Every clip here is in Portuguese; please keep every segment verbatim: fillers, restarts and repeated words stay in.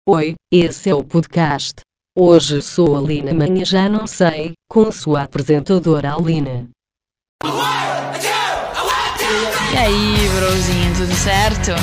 Oi, esse é o podcast. Hoje sou a Lina, amanhã já não sei, com sua apresentadora Alina. E aí, brozinho, tudo certo?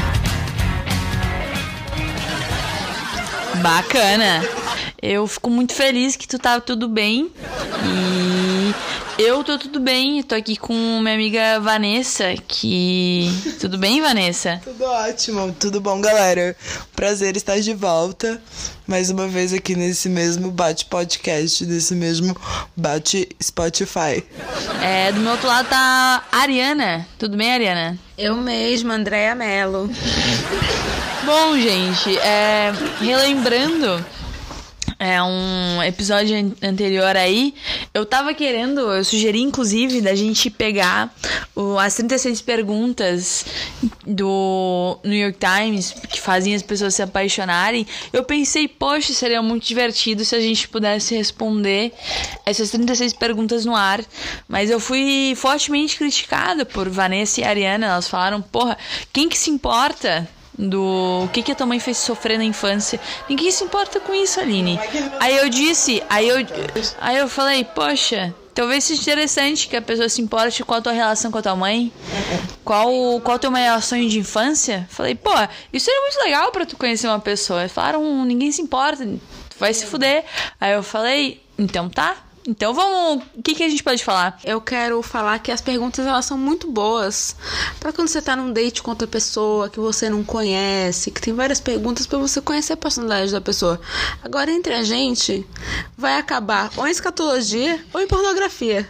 Bacana! Eu fico muito feliz que tu tá tudo bem. E eu tô tudo bem, tô aqui com minha amiga Vanessa, que... Tudo bem, Vanessa? Tudo ótimo, tudo bom, galera? Prazer estar de volta, mais uma vez aqui nesse mesmo bate-podcast, nesse mesmo bate-Spotify. É, do meu outro lado tá a Ariana. Tudo bem, Ariana? Eu mesma, Andréa Mello. Bom, gente, é, relembrando... É um episódio anterior aí, eu tava querendo, eu sugeri inclusive da gente pegar o, as trinta e seis perguntas do New York Times que fazem as pessoas se apaixonarem. Eu pensei, poxa, seria muito divertido se a gente pudesse responder essas trinta e seis perguntas no ar. Mas eu fui fortemente criticada por Vanessa e Ariana. Elas falaram, porra, quem que se importa do o que, que a tua mãe fez sofrer na infância? Ninguém se importa com isso, Aline. Aí eu disse, aí eu, aí eu falei, poxa, talvez seja interessante que a pessoa se importe com a tua relação com a tua mãe. Qual, qual o teu maior sonho de infância? Falei, pô, isso é muito legal pra tu conhecer uma pessoa. Eles falaram, ninguém se importa, tu vai se fuder. Aí eu falei, então tá. Então vamos, o que, que a gente pode falar? Eu quero falar que as perguntas, elas são muito boas pra quando você tá num date com outra pessoa que você não conhece, que tem várias perguntas pra você conhecer a personalidade da pessoa. Agora, entre a gente, vai acabar ou em escatologia ou em pornografia.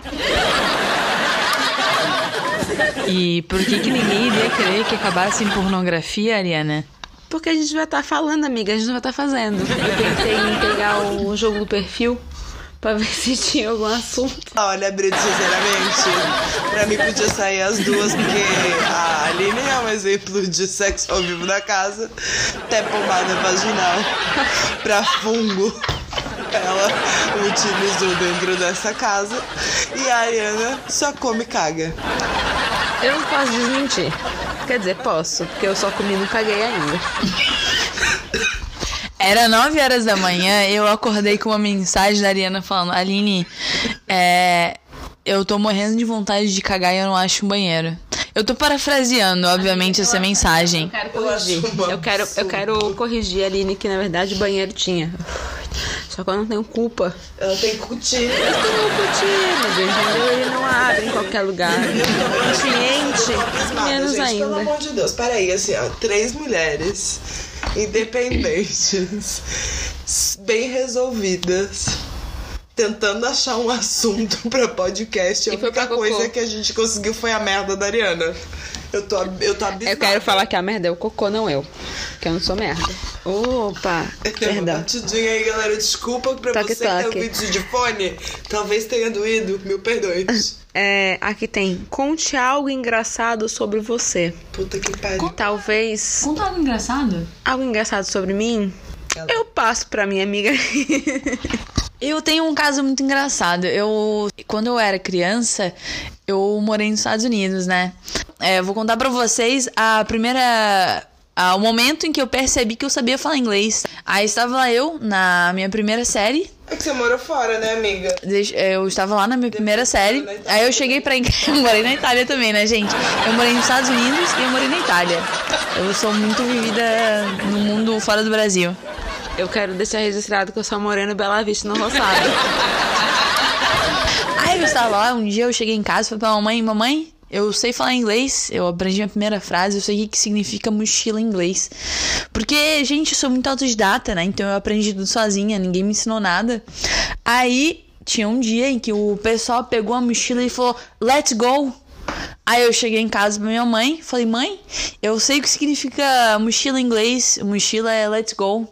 E por que que ninguém iria querer que acabasse em pornografia, Ariana? Porque a gente vai estar falando, amiga, a gente não vai estar fazendo. Eu pensei em pegar o jogo do perfil pra ver se tinha algum assunto. Olha, Brito, sinceramente, pra mim podia sair as duas, porque a Aline é um exemplo de sexo ao vivo na casa, até pomada vaginal pra fungo ela utilizou dentro dessa casa, e a Ariana só come e caga. Eu não posso desmentir. Quer dizer, posso, porque eu só comi e não caguei ainda. Era nove horas da manhã, eu acordei com uma mensagem da Ariana falando, Aline, é, eu tô morrendo de vontade de cagar e eu não acho um banheiro. Eu tô parafraseando, obviamente, essa mensagem. Eu quero corrigir. Eu quero, eu quero corrigir a Aline, que na verdade o banheiro tinha. Só que eu não tenho culpa. Ela tem cuti. Eu tenho cuti, entendeu? Ele não abre em qualquer lugar. Consciente, menos gente, ainda. Pelo amor de Deus, peraí, assim, ó, três mulheres independentes, bem resolvidas, tentando achar um assunto pra podcast. A E foi única pra coisa cocô. que a gente conseguiu foi a merda da Ariana. Eu tô, eu tô abismada. Eu quero falar que a merda é o cocô, não eu. Que eu não sou merda. Opa, Tem uma perdão. batidinha aí, galera. Desculpa pra Toque, você que tem toque. ouvido de fone. Talvez tenha doído. Mil perdões. É, aqui tem, conte algo engraçado sobre você. Puta que pariu. Talvez Conta algo engraçado. algo engraçado sobre mim. Ela- Eu passo pra minha amiga. Eu tenho um caso muito engraçado. Eu, quando eu era criança, eu morei nos Estados Unidos, né? É, eu vou contar pra vocês a primeira... ah, o momento em que eu percebi que eu sabia falar inglês. Aí estava lá eu, na minha primeira série. É que você morou fora, né, amiga? Deixa- Eu estava lá na minha primeira série. Aí eu cheguei pra... Eu morei na Itália também, né, gente? Eu morei nos Estados Unidos e eu morei na Itália. Eu sou muito vivida no mundo fora do Brasil. Eu quero deixar registrado que eu sou morena Bela Vista no Roçado. Aí eu estava lá, um dia eu cheguei em casa e falei pra mamãe, mamãe, eu sei falar inglês, eu aprendi a primeira frase, eu sei o que que significa mochila em inglês. Porque, gente, eu sou muito autodidata, né? Então eu aprendi tudo sozinha, ninguém me ensinou nada. Aí tinha um dia em que o pessoal pegou a mochila e falou, let's go. Aí eu cheguei em casa pra minha mãe, falei, mãe, eu sei o que significa mochila em inglês, mochila é let's go.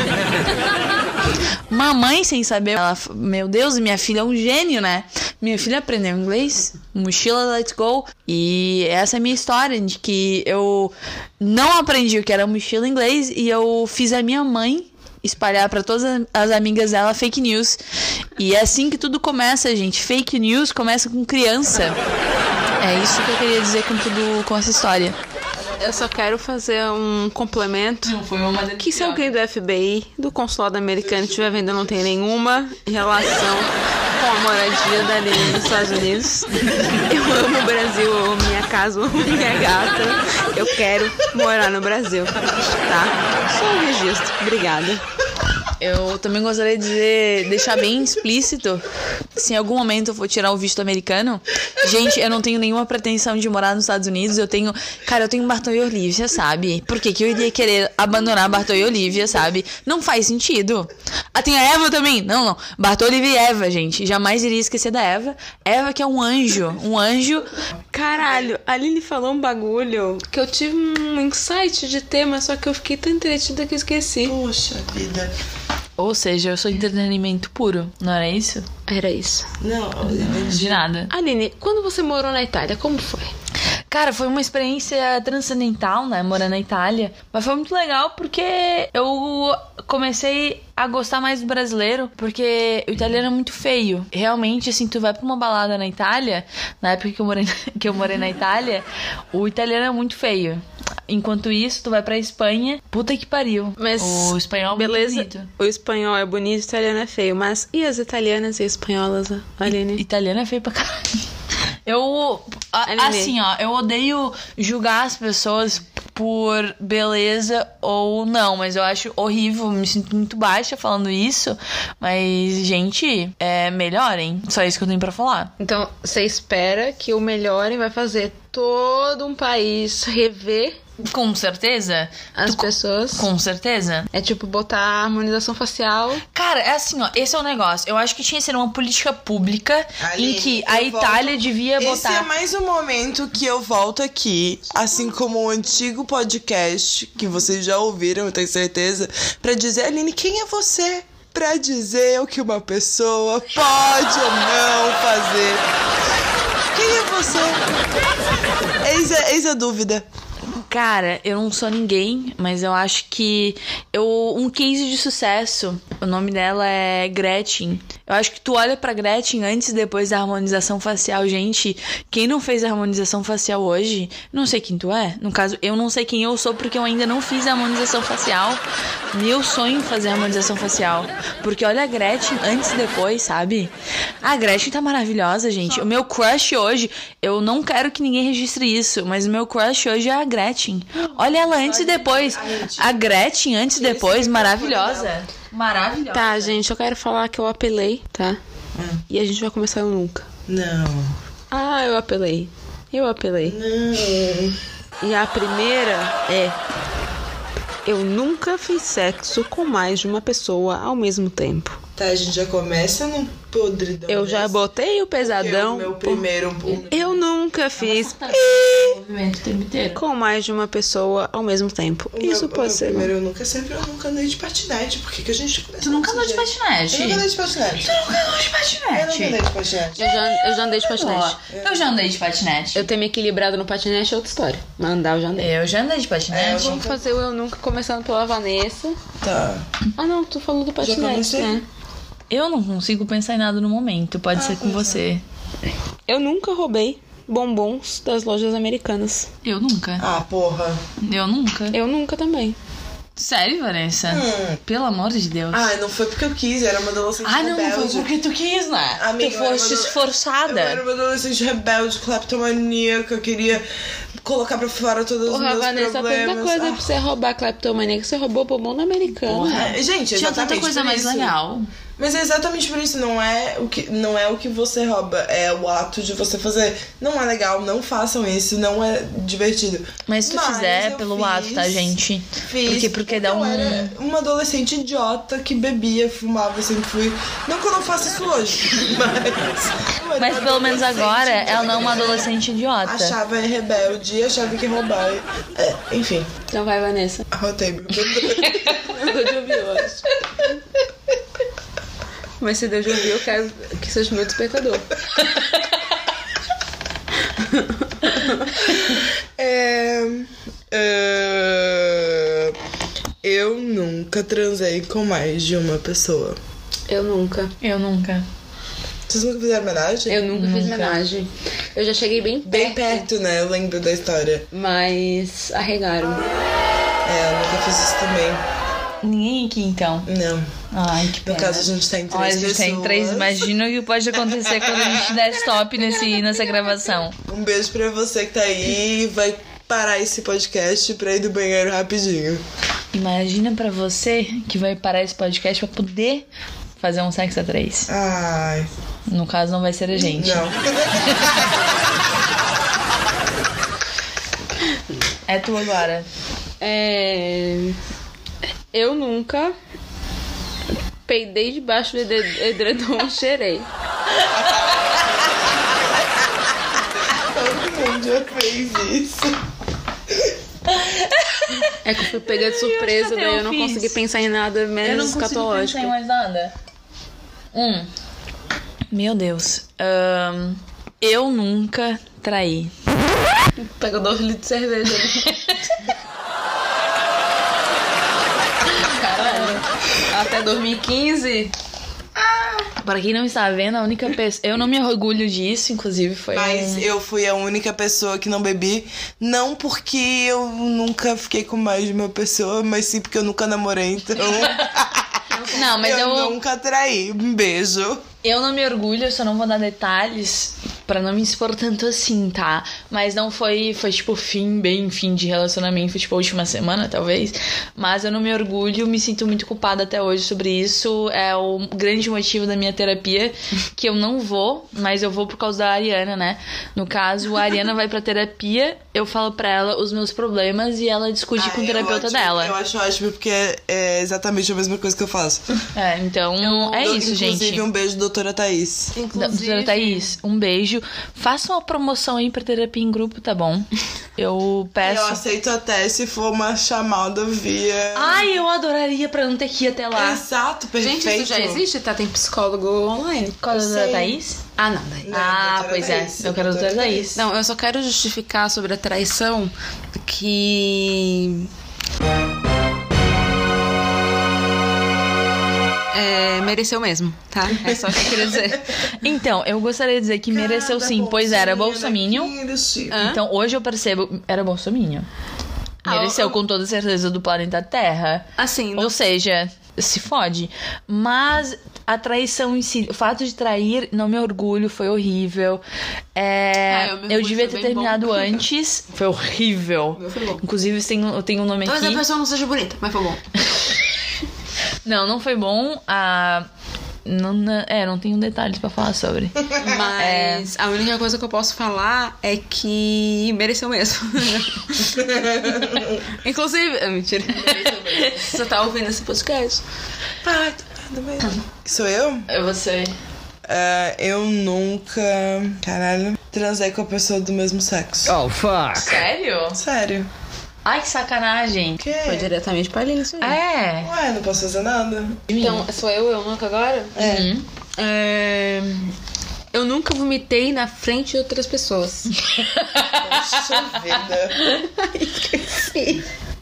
Mamãe, sem saber, ela, meu Deus, minha filha é um gênio, né? Minha filha aprendeu inglês, mochila let's go. E essa é a minha história, de que eu não aprendi o que era mochila em inglês e eu fiz a minha mãe espalhar pra todas as amigas dela fake news. E é assim que tudo começa, gente. Fake news começa com criança. É isso que eu queria dizer com tudo, com essa história. Eu só quero fazer um complemento. Não foi uma Que se alguém do F B I, do consulado americano, estiver vendo, eu não tenho nenhuma relação com a moradia da Aline nos Estados Unidos. Eu amo o Brasil, eu amo minha casa, eu amo minha gata. Eu quero morar no Brasil, tá? Só um registro. Obrigada. Eu também gostaria de dizer, deixar bem explícito, se em algum momento eu for tirar o visto americano, gente, eu não tenho nenhuma pretensão de morar nos Estados Unidos, eu tenho, cara, eu tenho Bartô e Olivia, sabe? Por que que eu iria querer abandonar Bartô e Olivia, sabe? Não faz sentido. Ah, tem a Eva também? Não, não. Bartô, Olivia e Eva, gente. Jamais iria esquecer da Eva. Eva que é um anjo, um anjo. Caralho, a Aline falou um bagulho que eu tive um insight de tema, só que eu fiquei tão entretida que eu esqueci. Puxa vida. Ou seja, eu sou entretenimento puro, não era isso? Era isso. Não, De nada. Aline, quando você morou na Itália, como foi? Cara, foi uma experiência transcendental, né, morar na Itália. Mas foi muito legal porque eu comecei a gostar mais do brasileiro, porque o italiano é muito feio. Realmente, assim, tu vai pra uma balada na Itália, na época que eu morei, que eu morei na Itália, o italiano é muito feio. Enquanto isso, tu vai pra Espanha, puta que pariu. Mas o espanhol é beleza, muito bonito. O espanhol é bonito, o italiano é feio. Mas e as italianas e espanholas, Aline? I- italiano é feio pra caralho. Eu, a, assim, ó, eu odeio julgar as pessoas por beleza ou não, mas eu acho horrível, me sinto muito baixa falando isso, mas, gente, é, melhorem, só isso que eu tenho pra falar. Então, você espera que o Melhorem vai fazer todo um país rever Com certeza. as Tu- pessoas? Com certeza. É tipo botar a harmonização facial. Cara, é assim, ó, esse é o negócio. Eu acho que tinha que ser uma política pública Aline, em que a eu Itália volto- devia Esse botar... é mais um momento que eu volto aqui, assim como o antigo podcast que vocês já ouviram, eu tenho certeza, pra dizer, Aline, quem é você pra dizer o que uma pessoa pode ou não fazer? Quem é você? Eis a, eis a dúvida. Cara, eu não sou ninguém, mas eu acho que eu um case de sucesso. O nome dela é Gretchen. Eu acho que tu olha pra Gretchen antes e depois da harmonização facial. Gente, quem não fez a harmonização facial hoje, não sei quem tu é. No caso, eu não sei quem eu sou porque eu ainda não fiz a harmonização facial. Meu sonho é fazer a harmonização facial. Porque olha a Gretchen antes e depois, sabe? A Gretchen tá maravilhosa, gente. O meu crush hoje, eu não quero que ninguém registre isso, mas o meu crush hoje é a Gretchen. Olha ela antes e depois. A Gretchen antes e depois, maravilhosa. Maravilhosa. Tá, gente, eu quero falar que eu apelei, tá? Hum. E a gente vai começar eu nunca. Não. Ah, eu apelei. Eu apelei. Não. E a primeira é: eu nunca fiz sexo com mais de uma pessoa ao mesmo tempo. Tá, a gente já começa no podridão. Eu já desse. botei o Porque pesadão. o meu primeiro... o- Eu nunca fiz Movimento o tempo inteiro. com mais de uma pessoa ao mesmo tempo. o Isso meu, pode o ser. meu primeiro eu nunca sempre eu nunca andei de patinete. Por que que a gente começa Tu nunca andou de desse jeito? patinete? Eu nunca andei de patinete. Tu nunca andou de Eu nunca patinete? andei de patinete. Eu já, eu já andei de patinete. Ó, eu já andei de patinete. Eu ter me equilibrado no patinete é outra história. Mas andar eu já andei. Eu já andei de patinete. Vamos fazer o eu nunca, começando pela Vanessa. Tá. Ah, não, tu falou do patinete, comecei? né? Eu não consigo pensar em nada no momento. Pode ser com você. Eu nunca roubei bombons das lojas americanas. Eu nunca. Ah, porra. Eu nunca. Eu nunca também. Sério, Vanessa? Hum. Pelo amor de Deus. Ah, não foi porque eu quis, eu era uma adolescente Ah, não, rebelde. não foi porque tu quis, né? Amiga, tu eu era foste uma ado- esforçada. Eu era uma adolescente rebelde, cleptomaníaca, eu queria colocar pra fora todos os Porra, meus Vanessa, problemas. tanta coisa Ah, pra você roubar cleptomania que você roubou bombom da americana. é, gente, Tinha exatamente tanta coisa por mais isso. legal. Mas é exatamente por isso, não é o que não é o que você rouba, é o ato de você fazer. Não é legal, não façam isso, não é divertido. Mas se tu fizer, eu pelo fiz, ato, tá, gente? Fiz, Porque, porque dá eu um... era uma adolescente idiota que bebia, fumava, sempre fui. Não que eu não faça isso hoje, mas... eu era Mas uma pelo menos adolescente agora, ela não é uma idiota. adolescente idiota. Achava rebelde, achava que ia roubar. É, enfim, Então vai, Vanessa. arrotei meu Eu vou te ouvir hoje. Mas se Deus ouvir, eu quero que seja meu despertador. É, é, eu nunca transei com mais de uma pessoa. Eu nunca. Eu nunca. Vocês nunca fizeram homenagem? Eu nunca, Nunca. fiz homenagem. Eu já cheguei bem perto. Bem perto, né? Eu lembro da história. Mas arregaram. É, eu nunca fiz isso também. Ninguém aqui, então. Não. Ai, que No pena. caso, a gente tá em três Olha, a gente pessoas. tem três. Imagina o que pode acontecer quando a gente der stop nesse, nessa gravação. Um beijo pra você que tá aí e vai parar esse podcast pra ir do banheiro rapidinho. Imagina pra você que vai parar esse podcast pra poder fazer um sexo a três. Ai, No caso, não vai ser a gente. não. É tu agora. É... Eu nunca peidei debaixo do edre- edredom e cheirei. Todo mundo já fez isso. É que eu fui pega de surpresa, até daí eu eu não fiz. consegui pensar em nada Eu menos não consigo escatológico. pensar em mais nada. Hum. Meu Deus. Ahn, eu nunca traí. Pega dois litros de cerveja ali. Caralho. Até dois mil e quinze. Pra quem não está vendo, a única pessoa... Eu não me orgulho disso, inclusive, foi Mas um... eu fui a única pessoa que não bebi. Não porque eu nunca fiquei com mais de uma pessoa, mas sim porque eu nunca namorei, então... Não, mas eu, eu... nunca traí. Um beijo. Eu não me orgulho, eu só não vou dar detalhes pra não me expor tanto assim, tá? Mas não foi, foi tipo fim, bem fim de relacionamento, foi tipo a última semana, talvez. Mas eu não me orgulho, me sinto muito culpada até hoje sobre isso. É o grande motivo da minha terapia, que eu não vou, mas eu vou por causa da Ariana, né? No caso, a Ariana vai pra terapia, eu falo pra ela os meus problemas e ela discute Ah, com o eu terapeuta ótimo, dela. Eu acho ótimo, porque é, é exatamente a mesma coisa que eu faço. É, então, é Eu- isso, inclusive, gente. um beijo, doutora Thaís. Da- Doutora Thaís, um beijo. Faça uma promoção aí pra terapia em grupo, tá bom? Eu peço. Eu aceito até se for uma chamada via... Ai, eu adoraria pra não ter que ir até lá. Exato, perfeito. Gente, isso já existe, tá? Tem psicólogo online. Qual é a doutora sei. Thaís? Ah, não, daí. Não, Ah, doutora pois é. Thaís, Eu quero a doutora Thaís. Não, eu só quero justificar sobre a traição que... É, mereceu mesmo, tá? É só o que eu queria dizer. Então, eu gostaria de dizer que mereceu sim, pois era bolsominion. Hã? Então, hoje eu percebo... Era bolsominion. Ah, Mereceu eu- com toda certeza do planeta Terra. Assim, Ou não... seja, se fode. Mas a traição em si, o fato de trair, não me orgulho, foi horrível. É, Ah, eu me eu orgulho, devia foi ter bem terminado bom. antes. Foi horrível. meu foi bom. Inclusive, tem, um- tem um nome Talvez aqui. a pessoa não seja bonita, mas foi bom. Não, não foi bom. A... Não, não- é, não tenho detalhes pra falar sobre. Mas a única coisa que eu posso falar é que mereceu mesmo. Inclusive... Ah, mentira. Você tá ouvindo esse podcast? Ai, tá vendo mesmo. Sou eu? É você. É, eu nunca... Caralho. Transei com a pessoa do mesmo sexo. Oh, fuck. Sério? Sério. Ai, que sacanagem. Que? Foi diretamente pra Aline isso aí. É. Ué, não posso fazer nada. Então, sou eu, eu nunca agora? É. É... Eu nunca vomitei na frente de outras pessoas. Poxa vida. Esqueci.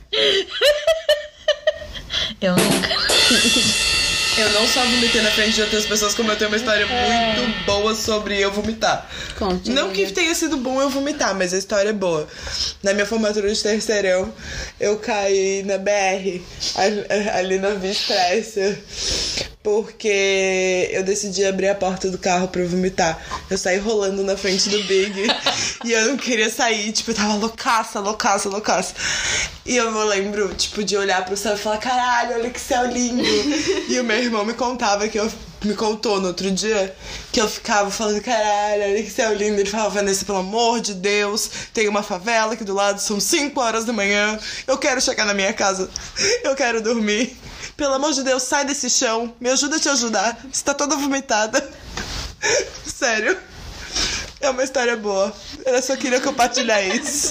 Eu nunca. Eu não só vomitei na frente de outras pessoas, como eu tenho uma história muito boa sobre eu vomitar. Conte. Não que tenha sido bom eu vomitar, mas a história é boa. Na minha formatura de terceirão, eu caí na B R, a- ali na Via Expressa, porque eu decidi abrir a porta do carro pra eu vomitar. Eu saí rolando na frente do Big e eu não queria sair, tipo, eu tava loucaça, loucaça, loucaça. E eu lembro, tipo, de olhar pro céu e falar, caralho, olha que céu lindo. E o meu irmão me contava que eu me contou no outro dia que eu ficava falando, caralho, olha que céu lindo. Ele falava, Vanessa, pelo amor de Deus, tem uma favela aqui do lado, são cinco horas da manhã, eu quero chegar na minha casa, eu quero dormir. Pelo amor de Deus, sai desse chão, me ajuda a te ajudar, você tá toda vomitada. Sério. É uma história boa. Eu só queria compartilhar isso.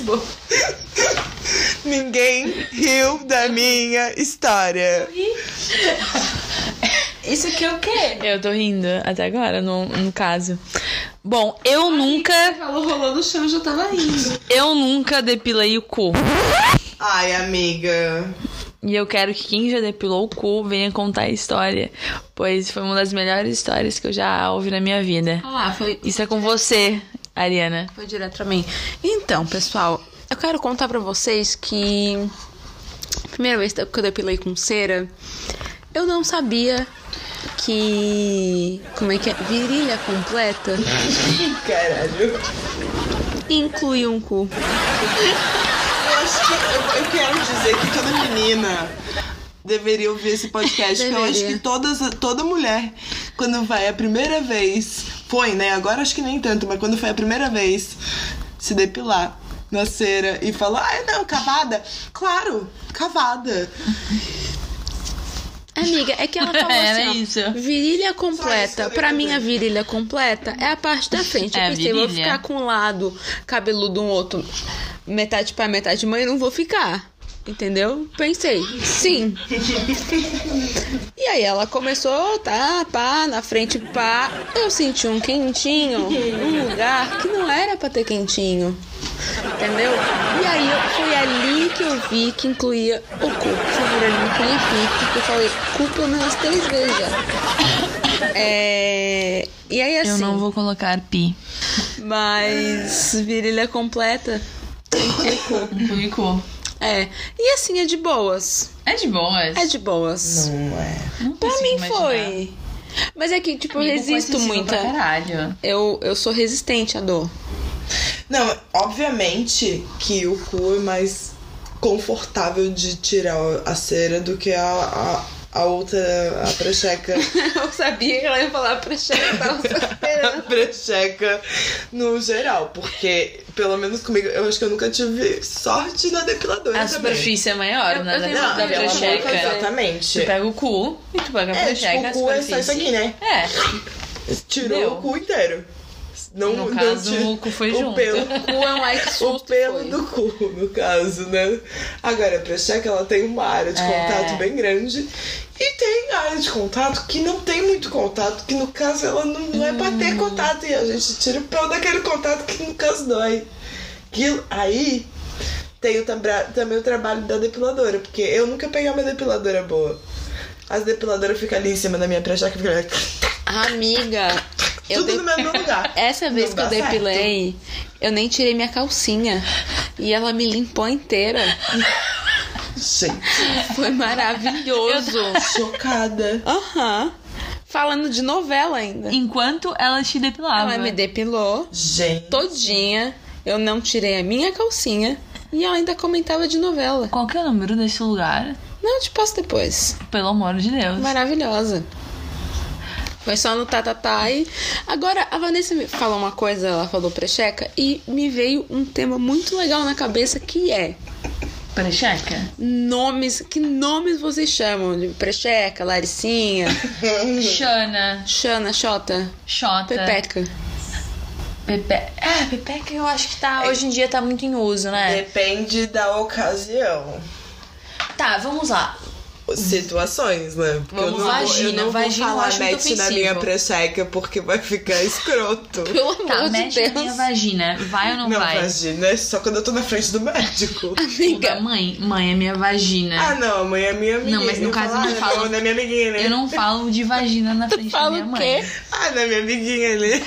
Ninguém riu da minha história. Isso aqui é o quê? Eu tô rindo até agora, no, no caso. Bom, eu nunca. Falou, rolou no chão, eu já tava rindo. Eu nunca depilei o cu. Ai, amiga. E eu quero que quem já depilou o cu venha contar a história, pois foi uma das melhores histórias que eu já ouvi na minha vida. Ah, foi... Isso é com você, Ariana. Foi direto pra mim. Então, pessoal, eu quero contar pra vocês que... Primeira vez que eu depilei com cera, eu não sabia que... Como é que é? Virilha completa Caralho. inclui um cu. Eu acho que eu, eu quero dizer que toda menina deveria ouvir esse podcast. Porque eu acho Deveria. que todas, toda mulher, quando vai a primeira vez, foi, né? Agora acho que nem tanto, mas quando foi a primeira vez se depilar na cera e falar, ah, não, cavada. Claro, cavada. Amiga, é que ela falou Era assim, ó, isso. virilha Só completa. isso que eu Pra ia mim, a dizer. virilha completa é a parte da frente. Eu É, pensei, vou virilha. ficar com um lado cabeludo, um outro, metade pai, metade mãe, não vou ficar. Entendeu? Pensei, sim. E aí ela começou, tá, pá, na frente, pá. Eu senti um quentinho num lugar que não era pra ter quentinho. Entendeu? E aí eu- foi ali que eu vi que incluía o cu. Por favor, ele me punha pi, porque eu falei cu pelo menos três vezes já. É... E aí assim. Eu não vou colocar pi. Mas virilha completa. inclui cu. Inclui cu. É. E assim é de boas. É de boas. É de boas. Não é. Não Pra consigo mim imaginar. foi. Mas é que, tipo, eu Amigo, resisto foi muito. acessível pra caralho. Eu, eu sou resistente à dor. Não, obviamente que o cu é mais confortável de tirar a cera do que a, a, a outra, a precheca. Eu sabia que ela ia falar pra chegar, eu tava só A esperando. precheca no geral, porque, pelo menos comigo, eu acho que eu nunca tive sorte na depiladora A também. superfície é maior, Eu- né? eu Da, tenho- da Não, pelo amor de precheca. Deus, exatamente. Tu pega o cu e tu pega a É, precheca, tipo, a o cu é só superfície. isso aqui, né? É. Tirou Deu. o cu inteiro. Não, No não caso, tira- o cu foi o junto. Pelo, O cu é um ai que o susto pelo foi. do cu, no caso, né? Agora, a precheca, ela tem uma área de É. contato bem grande. E tem área de contato que não tem muito contato, que no caso ela não, não é pra Hum. ter contato. E a gente tira o pelo daquele contato que no caso dói. Que, aí tem o tambra- também o trabalho da depiladora, porque eu nunca peguei uma depiladora boa. As depiladoras ficam ali em cima da minha precheca e ficam Amiga, eu tudo de- no mesmo lugar. essa vez Não que eu dá certo. depilei, eu nem tirei minha calcinha. E ela me limpou inteira. Gente, Foi maravilhoso. chocada. Aham. Falando de novela ainda. Enquanto ela te depilava. Ela me depilou Gente. todinha. Eu não tirei a minha calcinha. E ela ainda comentava de novela. Qual que é o número desse lugar? Não, eu te posto depois. Pelo amor de Deus. Maravilhosa. Foi só no tatatá e... Agora, a Vanessa me falou uma coisa, ela falou precheca, e me veio um tema muito legal na cabeça, que é Precheca? nomes. Que nomes vocês chamam? De precheca, Laricinha, Xana. Xana, Xota, Xota. Pepeca. Pepe... É, pepeca eu acho que tá... Hoje em dia tá muito em uso, né? Depende da ocasião. Tá, vamos lá. Situações, né? Porque Vamos, eu não, vou- eu vagina. não vou Vagina eu falar acho muito mete na ofensivo. minha precheca porque vai ficar escroto. Pelo amor Tá, de mexe na minha Deus. vagina. Vai ou não, Não, vai? vagina é só quando eu tô na frente do médico. O da Amiga, mãe? Mãe é minha vagina. Ah, não, a mãe é minha amiguinha. Não, mas no caso eu não ah, falo- Não é minha amiguinha, né? Eu não falo de vagina na frente da fala minha o mãe. quê? Ah, não é minha amiguinha ali.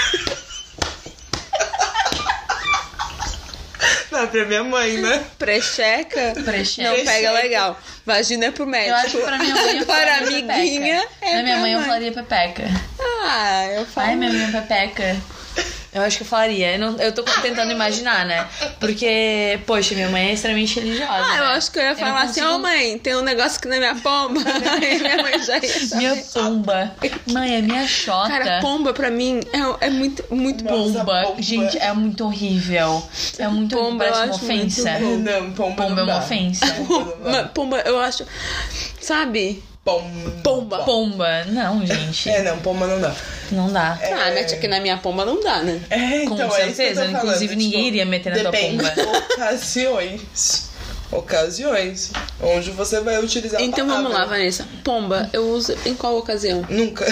Não, é pra minha mãe, né? precheca Precheca. não pega Precheca. legal. Vagina é pro médico. Eu acho que pra minha mãe eu Agora, falaria amiguinha pepeca. é Na minha pra mãe eu falaria pepeca. Ah, eu falo. Ai, minha mãe pepeca. Eu acho que eu falaria. Eu, não, eu tô tentando imaginar, né? Porque, poxa, minha mãe é extremamente religiosa. Ah, eu né? acho que eu ia não falar assim, consigo- ô mãe, tem um negócio aqui na minha pomba. Aí minha mãe já ia saber. Minha pomba. Mãe, é minha xota. Cara, pomba pra mim é, é muito, muito bom. Nossa, Pomba. pomba. Gente, é muito horrível. É muito Pomba, horrível. Parece eu uma acho muito ofensa. bom. Não, pomba, Pomba não é uma dá. ofensa. Pomba não dá. Ma- Pomba, eu acho. Sabe? Pomba. Pomba. Pomba. Não, gente. É, não, pomba não dá. Não dá. Ah, mete aqui na minha pomba não dá, né? É, Com então, é isso que eu certeza, tô falando, inclusive ninguém tipo, iria meter na tua depende pomba. ocasiões. Ocasiões. Onde você vai utilizar a Então vamos lá, palavra. Vanessa. Pomba, eu uso em qual ocasião? Nunca.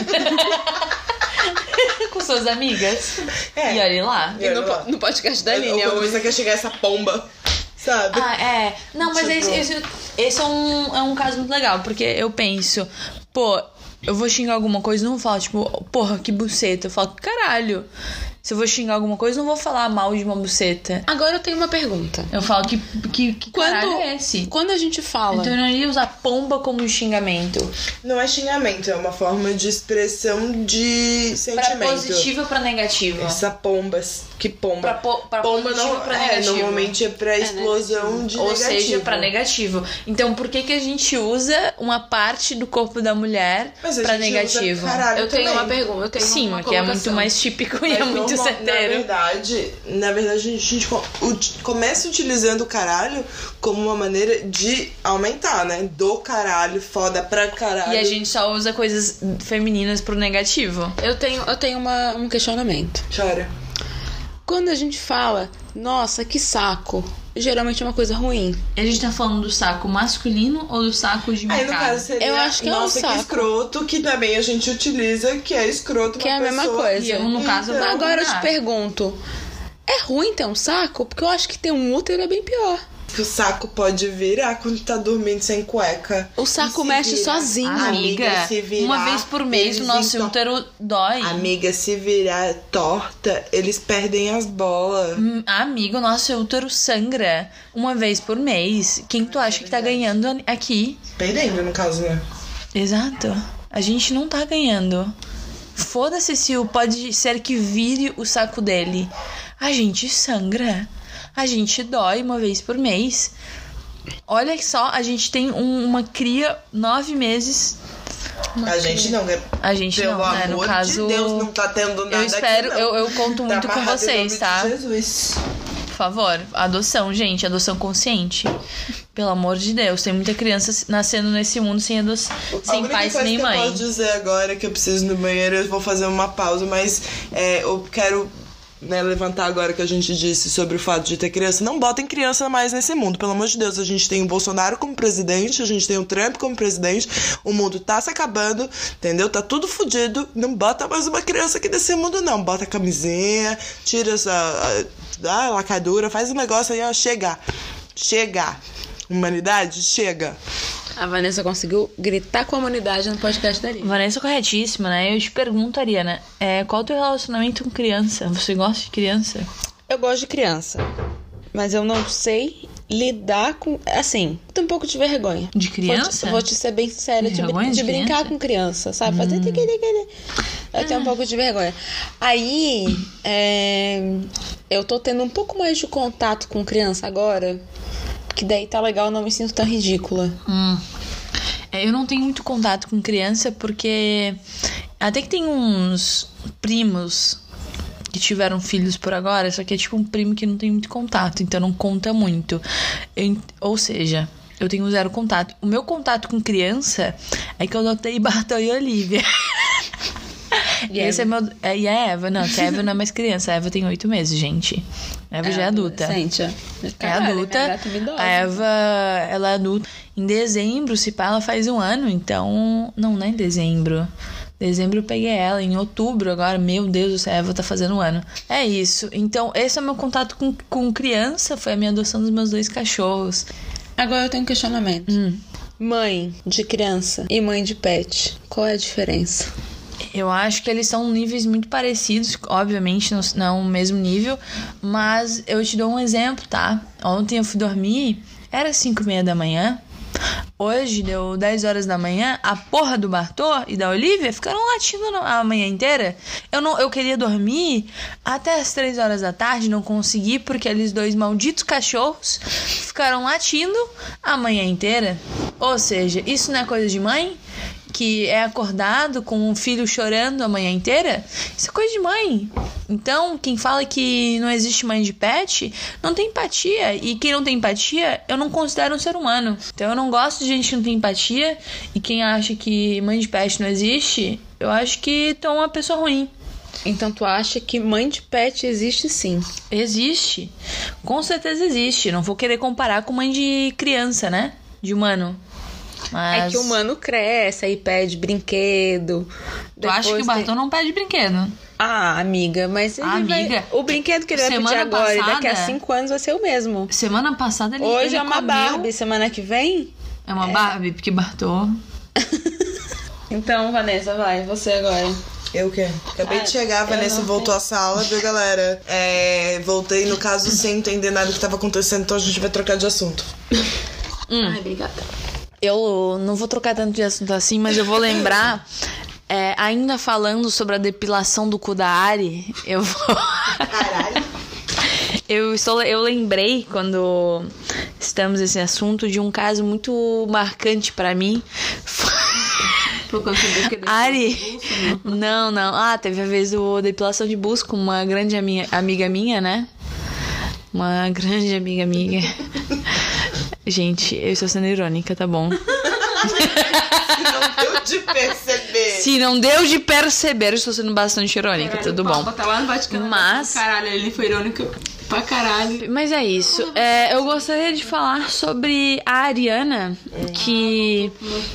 Com suas amigas. É. E olha lá. E olha no, lá. po- no podcast da Ou Aline quando hoje. você quer chegar essa pomba, sabe? Ah, é. Não, mas é Tipo- isso, isso- esse é um, é um caso muito legal, porque eu penso, pô, eu vou xingar alguma coisa, não vou falar, tipo, porra, que buceta. Eu falo, caralho. Se eu vou xingar alguma coisa, não vou falar mal de uma buceta. Agora eu tenho uma pergunta. Eu falo que, que, que Quando, caralho é esse? Quando a gente fala... Então eu não iria usar pomba como xingamento. Não é xingamento, é uma forma de expressão de sentimento. Pra positivo ou pra negativo? Essa pomba, que pomba. Pra, po, pra pomba positivo não, ou pra é, negativo? normalmente é pra explosão de Ou negativo. seja, pra negativo. Então por que que a gente usa uma parte do corpo da mulher Mas a pra gente negativo? Usa caralho Eu tenho também. uma pergunta, eu tenho Sim, uma que é muito colocação. mais típico e Mas é muito normal- certeiro. Na verdade, na verdade, a gente, a gente co- ut- começa utilizando o caralho como uma maneira de aumentar, né? Do caralho, foda pra caralho. E a gente só usa coisas femininas pro negativo. Eu tenho, eu tenho uma, um questionamento. Chora. Quando a gente fala, nossa, que saco, geralmente é uma coisa ruim. A gente tá falando do saco masculino ou do saco de Aí, mercado? no caso, seria, Eu acho que é um nossa, que saco. escroto, que também a gente utiliza, que é escroto Que uma é a mesma pessoa. coisa. E eu, no caso, Então, vou Agora eu mudar. te pergunto, é ruim ter um saco? Porque eu acho que ter um útero é bem pior. que o saco pode virar quando tá dormindo sem cueca. O saco E se mexe virar- sozinho. Amiga, se virar, uma vez por mês o eles nosso então- útero dói. Amiga, se virar torta, eles perdem as bolas. Hum, Amigo, o nosso útero sangra uma vez por mês. Quem tu acha que tá ganhando aqui? Perdendo, no caso, né? Exato. A gente não tá ganhando. Foda-se se o pode ser que vire o saco dele. A gente sangra. A gente dói uma vez por mês. Olha só, a gente tem um- uma cria nove meses. A gente não, né? A gente Pelo não, né? No amor caso, de Deus, não tá tendo nada eu espero, aqui, não. eu, eu conto Tá muito com amarrado em vocês, nome tá? de Jesus. Por favor, adoção, gente, adoção consciente. Pelo amor de Deus, tem muita criança nascendo nesse mundo sem, ado... A sem única pai, coisa nem que mãe. eu posso dizer agora é que eu preciso ir no banheiro, eu vou fazer uma pausa, mas é, eu quero, né, levantar agora que a gente disse sobre o fato de ter criança. Não botem criança mais nesse mundo, pelo amor de Deus. A gente tem o Bolsonaro como presidente, a gente tem o Trump como presidente, o mundo tá se acabando, entendeu? Tá tudo fodido. Não bota mais uma criança aqui nesse mundo, não. Bota a camisinha, tira essa a, a lacadura, faz um negócio aí, ó, chega. Chega. Humanidade, chega. A Vanessa conseguiu gritar com a humanidade no podcast da Ariana. Vanessa, corretíssima, né? Eu te pergunto, Ariana, é, qual o teu relacionamento com criança? Você gosta de criança? Eu gosto de criança, mas eu não sei lidar com... Assim, eu tenho um pouco de vergonha. De Vou criança? te, vou te ser bem sincera, de, Vergonha de de brincar criança? com criança, sabe? Fazer... Eu tenho um pouco de vergonha. Aí, é, eu tô tendo um pouco mais de contato com criança agora, que daí tá legal, eu não me sinto tão ridícula. Hum. É, eu não tenho muito contato com criança porque até que tem uns primos que tiveram filhos por agora, só que é tipo um primo que não tem muito contato, então não conta muito. Eu, ou seja, eu tenho zero contato. O meu contato com criança é que eu adotei Bartol e Olivia. E esse é meu. É, e a Eva, não, que a Eva não é mais criança. A Eva tem oito meses, gente. A Eva já é adulta. Sente, ó. É Caralho, adulta. minha gata me dói. A Eva, ela é adulta. Em dezembro, se pá, ela faz um ano. Então, não, não é em dezembro. Dezembro eu peguei ela. Em outubro agora, meu Deus do céu, a Eva tá fazendo um ano. É isso. Então, esse é o meu contato com, com criança. Foi a minha adoção dos meus dois cachorros. Agora eu tenho um questionamento. Hum. Mãe de criança e mãe de pet, qual é a diferença? Eu acho que eles são níveis muito parecidos, obviamente não, não o mesmo nível, mas eu te dou um exemplo, tá? Ontem eu fui dormir, era cinco e meia da manhã, hoje deu dez horas da manhã, a porra do Bartô e da Olivia ficaram latindo a manhã inteira. Eu, não, eu queria dormir até as três horas da tarde, não consegui porque aqueles dois malditos cachorros ficaram latindo a manhã inteira. Ou seja, isso não é coisa de mãe? Que é acordado com um filho chorando a manhã inteira, isso é coisa de mãe. Então, quem fala que não existe mãe de pet, não tem empatia. E quem não tem empatia, eu não considero um ser humano. Então, eu não gosto de gente que não tem empatia. E quem acha que mãe de pet não existe, eu acho que estão uma pessoa ruim. Então tu acha que mãe de pet existe sim? Existe. Com certeza existe. Não vou querer comparar com mãe de criança, né? De humano. Mas... É que o humano cresce, aí pede brinquedo. Tu acha que o Bartô tem... não pede brinquedo? Ah, amiga, mas ele Amiga, vai... o brinquedo que ele vai pedir semana agora e passada- daqui a cinco anos vai ser o mesmo. Semana passada ele Hoje ele é uma comeu... Barbie, semana que vem É uma Barbie, porque Bartô... Então, Vanessa, vai, você agora. Eu quê? Acabei Ah, de chegar, a eu Vanessa não voltou à sala, viu, galera? É, voltei, no caso, sem entender nada do que tava acontecendo, então a gente vai trocar de assunto. Hum. Ai, obrigada. Eu não vou trocar tanto de assunto assim, mas eu vou lembrar, é, ainda falando sobre a depilação do cu da Ari, eu vou... Caralho. Eu, estou, eu lembrei, quando estamos nesse assunto, de um caso muito marcante pra mim. Por conta do que Ari... Não, não. Ah, teve a vez do depilação de buço com uma grande ami- amiga minha, né? Uma grande amiga minha. Gente, eu estou sendo irônica, tá bom? Não deu de perceber. Se não deu de perceber, eu estou sendo bastante irônica, tudo bom. Tá lá no Vaticano. Mas- Caralho, ele foi irônico pra caralho. Mas é isso. É, eu gostaria de falar sobre a Ariana, que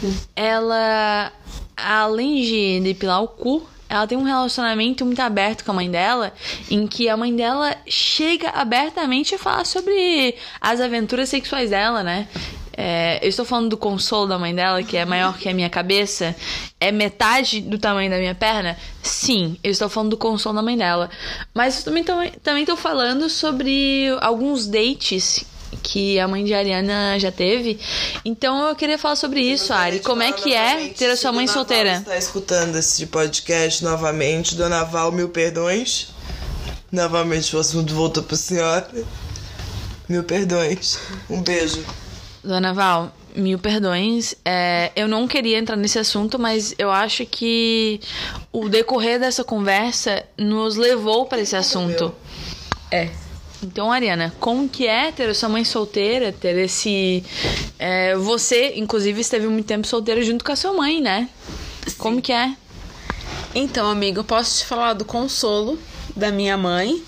ela, além de depilar o cu, ela tem um relacionamento muito aberto com a mãe dela, em que a mãe dela chega abertamente a falar sobre as aventuras sexuais dela, né? É, eu estou falando do consolo da mãe dela, que é maior que a minha cabeça. É metade do tamanho da minha perna? Sim, eu estou falando do consolo da mãe dela. Mas eu também, também, também estou falando sobre alguns dates que a mãe de Ariana já teve. Então eu queria falar sobre isso, Ari. Como é que é ter a sua mãe solteira? Se está escutando esse podcast novamente, Dona Val, mil perdões. Novamente o assunto voltou pra senhora. Mil perdões. Um beijo. Dona Val, mil perdões. É, eu não queria entrar nesse assunto, mas eu acho que o decorrer dessa conversa nos levou para esse assunto. É. Então, Ariana, como que é ter a sua mãe solteira, ter esse... É, você, inclusive, esteve muito tempo solteira junto com a sua mãe, né? Sim. Como que é? Então, amigo, eu posso te falar do consolo da minha mãe.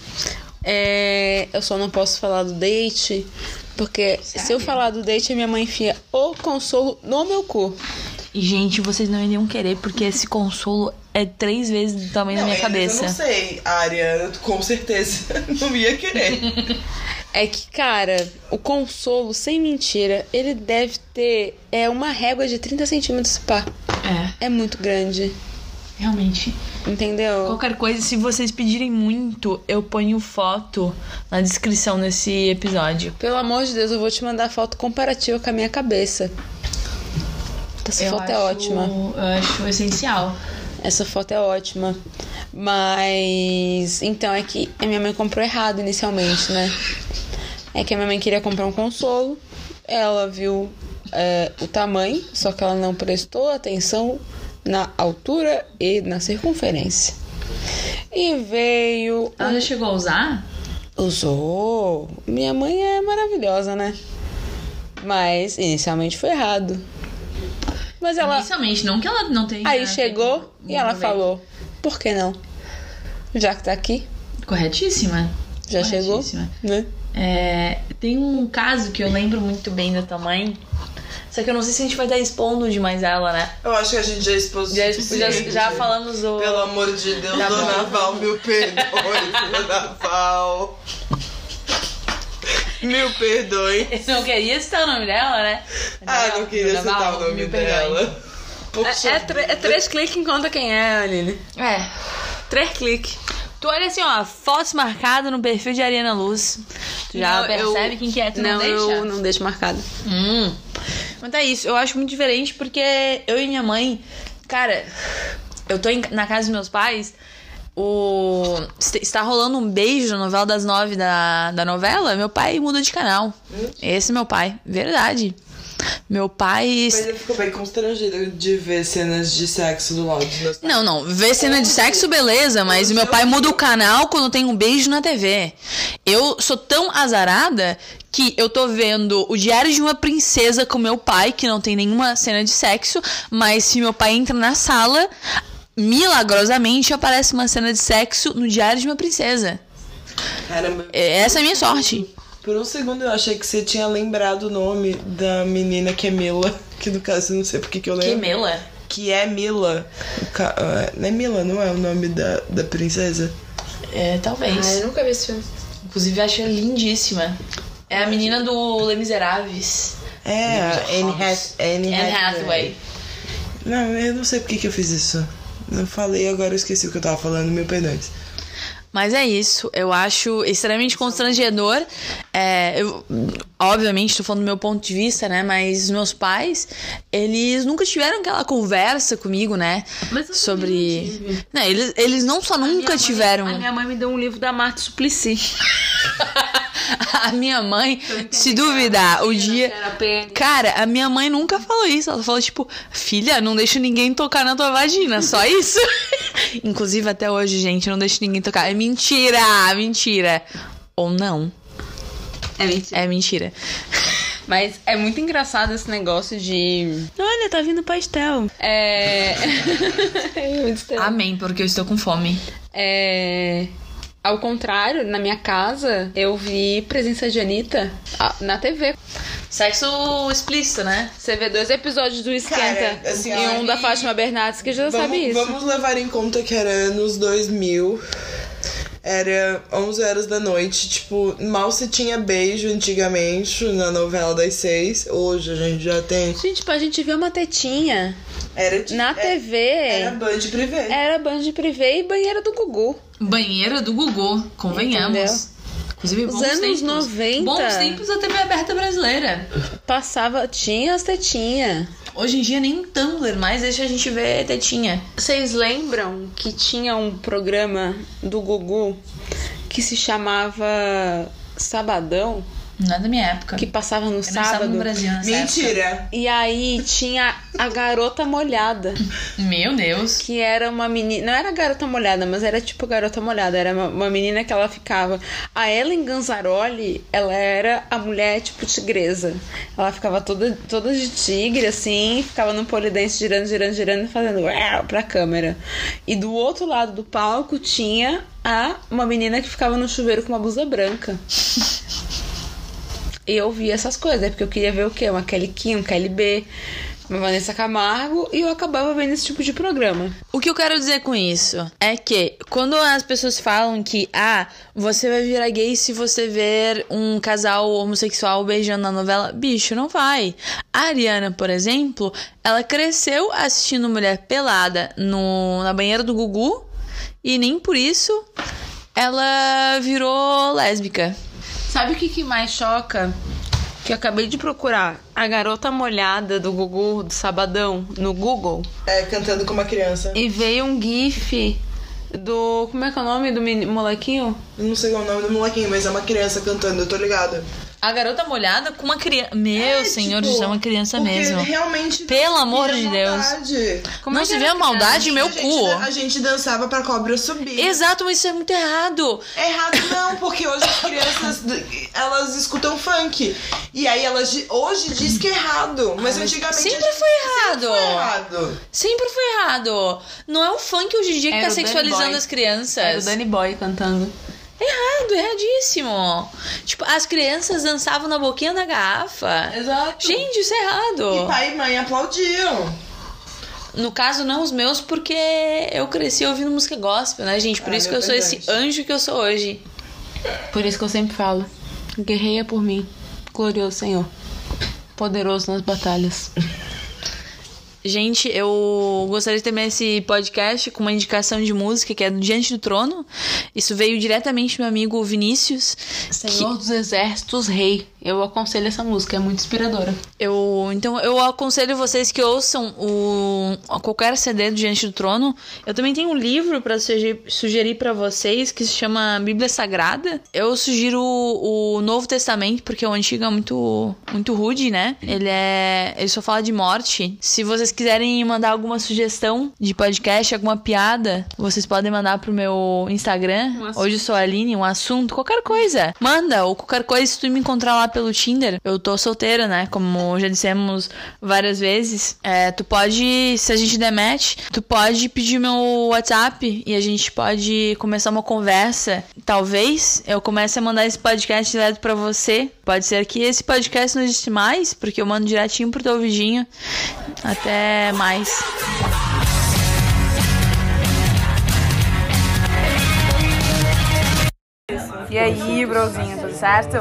É, eu só não posso falar do date, porque Sério? se eu falar do date, a minha mãe enfia o consolo no meu cu. E, gente, vocês não iriam querer, porque esse consolo é três vezes do tamanho não, da minha cabeça. Eu não sei, a Ariana com certeza não ia querer. É que, cara, o consolo, sem mentira, ele deve ter é uma régua de trinta centímetros, pá. É. É muito grande. Realmente. Entendeu? Qualquer coisa, se vocês pedirem muito, eu ponho foto na descrição desse episódio. Pelo amor de Deus, eu vou te mandar foto comparativa com a minha cabeça. Essa eu foto acho, é ótima. Eu acho essencial. Essa foto é ótima. Mas... Então, é que a minha mãe comprou errado inicialmente, né? É que a minha mãe queria comprar um consolo. Ela viu é, o tamanho, só que ela não prestou atenção na altura e na circunferência. E veio... Ela um... já chegou a usar? Usou. Minha mãe é maravilhosa, né? Mas inicialmente foi errado. Mas ela... Inicialmente, não que ela não tenha... Aí chegou e ela falou, por que não? Já que tá aqui. Corretíssima. Já chegou, né? É, tem um caso que eu lembro muito bem da tua mãe. Só que eu não sei se a gente vai estar expondo demais ela, né? Eu acho que a gente já expôs Já, já, já falamos do... Pelo amor de Deus, Tá Dona bom. Val, mil perdões, Dona Val. Mil perdões. Eu não queria citar o nome dela, né? Ah, não queria Dona citar Val, o nome mil perdões. dela. Poxa, É, é, tre- é três cliques em conta quem é, Aline. É. Três cliques. Tu olha assim, ó, fotos marcadas no perfil de Ariana Luz. Tu já Não, percebe eu- quem que é, tu não, Não, deixa? eu não deixo marcado. Hum. Mas é isso, eu acho muito diferente porque eu e minha mãe, cara, eu tô em- na casa dos meus pais, o est- está rolando um beijo na novela das nove da, da novela, meu pai muda de canal. Esse é meu pai, verdade. Meu pai... Mas eu fico bem constrangida de ver cenas de sexo do lado dos meus pais. Não, não, ver cena de sexo, beleza, mas o meu pai muda o canal quando tem um beijo na T V. Eu sou tão azarada que eu tô vendo o Diário de uma Princesa com meu pai, que não tem nenhuma cena de sexo, mas se meu pai entra na sala, milagrosamente aparece uma cena de sexo no Diário de uma Princesa. Caramba. Essa é a minha sorte. Por um segundo eu achei que você tinha lembrado o nome da menina que é Mila. Que no caso eu não sei porque que eu lembro. Mela? Que é Mila. O ca- ah, Não é Mila, não é o nome da, da princesa? É, talvez. Ah, eu nunca vi esse filme. Inclusive, eu acho ela lindíssima. É a menina do Les Misérables. É, a Anne, Hath- Anne Anne Hathaway. Não, eu não sei por que que eu fiz isso. Eu falei, agora eu esqueci o que eu tava falando, mil perdões. Mas é isso, eu acho extremamente constrangedor. É, eu, obviamente, tô falando do meu ponto de vista, né? Mas os meus pais, eles nunca tiveram aquela conversa comigo, né? Mas eu sobre. também não tive. Não, eles, eles não só nunca Minha mãe- tiveram. A minha mãe me deu um livro da Marta Suplicy. A minha mãe, se duvidar, o dia. Cara, a minha mãe nunca falou isso. Ela falou, tipo, filha, não deixa ninguém tocar na tua vagina, só isso. Inclusive, até hoje, gente, não deixa ninguém tocar. É mentira, mentira. Ou não. É mentira. É mentira. Mas é muito engraçado esse negócio de... Olha, tá vindo pastel. É... Amém, porque eu estou com fome. É... Ao contrário, na minha casa, eu vi Presença de Anitta na T V. Sexo explícito, né? Você vê dois episódios do Esquenta. Cara, assim, e um aí- da Fátima Bernardes, que já Vamos, sabe isso. vamos levar em conta que era anos dois mil. Era onze horas da noite. Tipo, mal se tinha beijo antigamente na novela das seis. Hoje a gente já tem. Gente, tipo, a gente vê uma tetinha Era de- na é- T V. Era Band Privé. Era Band Privê e Banheira do Gugu. Banheira do Gugu, convenhamos. Entendeu? Inclusive, Os bons anos tempos. noventa. Bons tempos da T V aberta brasileira. Passava, tinha as tetinhas. Hoje em dia nem o Tumblr mais deixa a gente ver tetinha. Vocês lembram que tinha um programa do Gugu que se chamava Sabadão? Não é da minha época. Que passava no Eu não estava sábado. no Brasil nessa Mentira! E aí tinha a Garota Molhada, época. Meu Deus. que era uma menina... Não era a Garota Molhada, mas era tipo Garota Molhada. Era uma, uma menina que ela ficava... A Ellen Ganzaroli, ela era a mulher tipo tigresa. Ela ficava toda, toda de tigre, assim, ficava no polidense girando, girando, girando e fazendo uau pra câmera. E do outro lado do palco tinha a, uma menina que ficava no chuveiro com uma blusa branca. E eu via essas coisas, porque eu queria ver o quê? Uma Kelly Kim, um Kelly B, uma Vanessa Camargo, e eu acabava vendo esse tipo de programa. O que eu quero dizer com isso é que quando as pessoas falam que ah, você vai virar gay se você ver um casal homossexual beijando na novela, bicho, não vai. A Ariana, por exemplo, ela cresceu assistindo mulher pelada no, na banheira do Gugu e nem por isso ela virou lésbica. Sabe o que, que mais choca? Que eu acabei de procurar a Garota Molhada do Gugu, do Sabadão, no Google, É, cantando com uma criança. e veio um gif do... Como é que é o nome do meni- molequinho? Eu não sei qual é o nome do molequinho, mas é uma criança cantando, eu tô ligada. A garota molhada com uma criança. Meu É, senhor, tipo, isso é uma criança porque mesmo. Realmente. Pelo amor via de Deus. maldade. Como Não é que se era vê a criança? maldade, meu A gente, cu. a gente dançava pra cobra subir. Exato, mas isso é muito errado. Errado não, porque hoje as crianças, elas escutam funk. E aí elas di- hoje diz que é errado. Mas antigamente... Sempre a gente- foi errado. Sempre foi errado. Sempre foi errado. Não é o funk hoje em dia que Era tá o Danny sexualizando Boy. as crianças. Era o Danny Boy cantando. Errado, erradíssimo. Tipo, as crianças dançavam na boquinha da garrafa. Exato. Gente, isso é E errado. pai e mãe aplaudiam. No caso, não os meus, porque eu cresci ouvindo música gospel, né, gente? Por Ah, isso que meu eu sou esse presente. anjo que eu sou hoje. Por isso que eu sempre falo: guerreia por mim, glorioso Senhor, poderoso nas batalhas. Gente, eu gostaria de terminar esse podcast com uma indicação de música que é do Diante do Trono. Isso veio diretamente do meu amigo Vinícius. Senhor dos Exércitos, Rei. Eu aconselho essa música, é muito inspiradora. Eu, então eu aconselho vocês que ouçam o, qualquer C D do Diante do Trono. Eu também tenho um livro para sugerir, sugerir para vocês que se chama Bíblia Sagrada. Eu sugiro o, o Novo Testamento porque o Antigo é muito, muito rude, né? Ele é, ele só fala de morte. Se vocês quiserem mandar alguma sugestão de podcast, alguma piada, vocês podem mandar pro meu Instagram. Um assunto. Hoje eu sou a Aline, um assunto, qualquer coisa. Manda, ou qualquer coisa, se tu me encontrar lá pelo Tinder. Eu tô solteira, né? Como já dissemos várias vezes. É, tu pode, se a gente der match, tu pode pedir meu WhatsApp e a gente pode começar uma conversa. Talvez eu comece a mandar esse podcast direto pra você. Pode ser que esse podcast não existe mais, porque eu mando direitinho pro teu vidinho. Até mais. E aí, brozinho, tudo certo?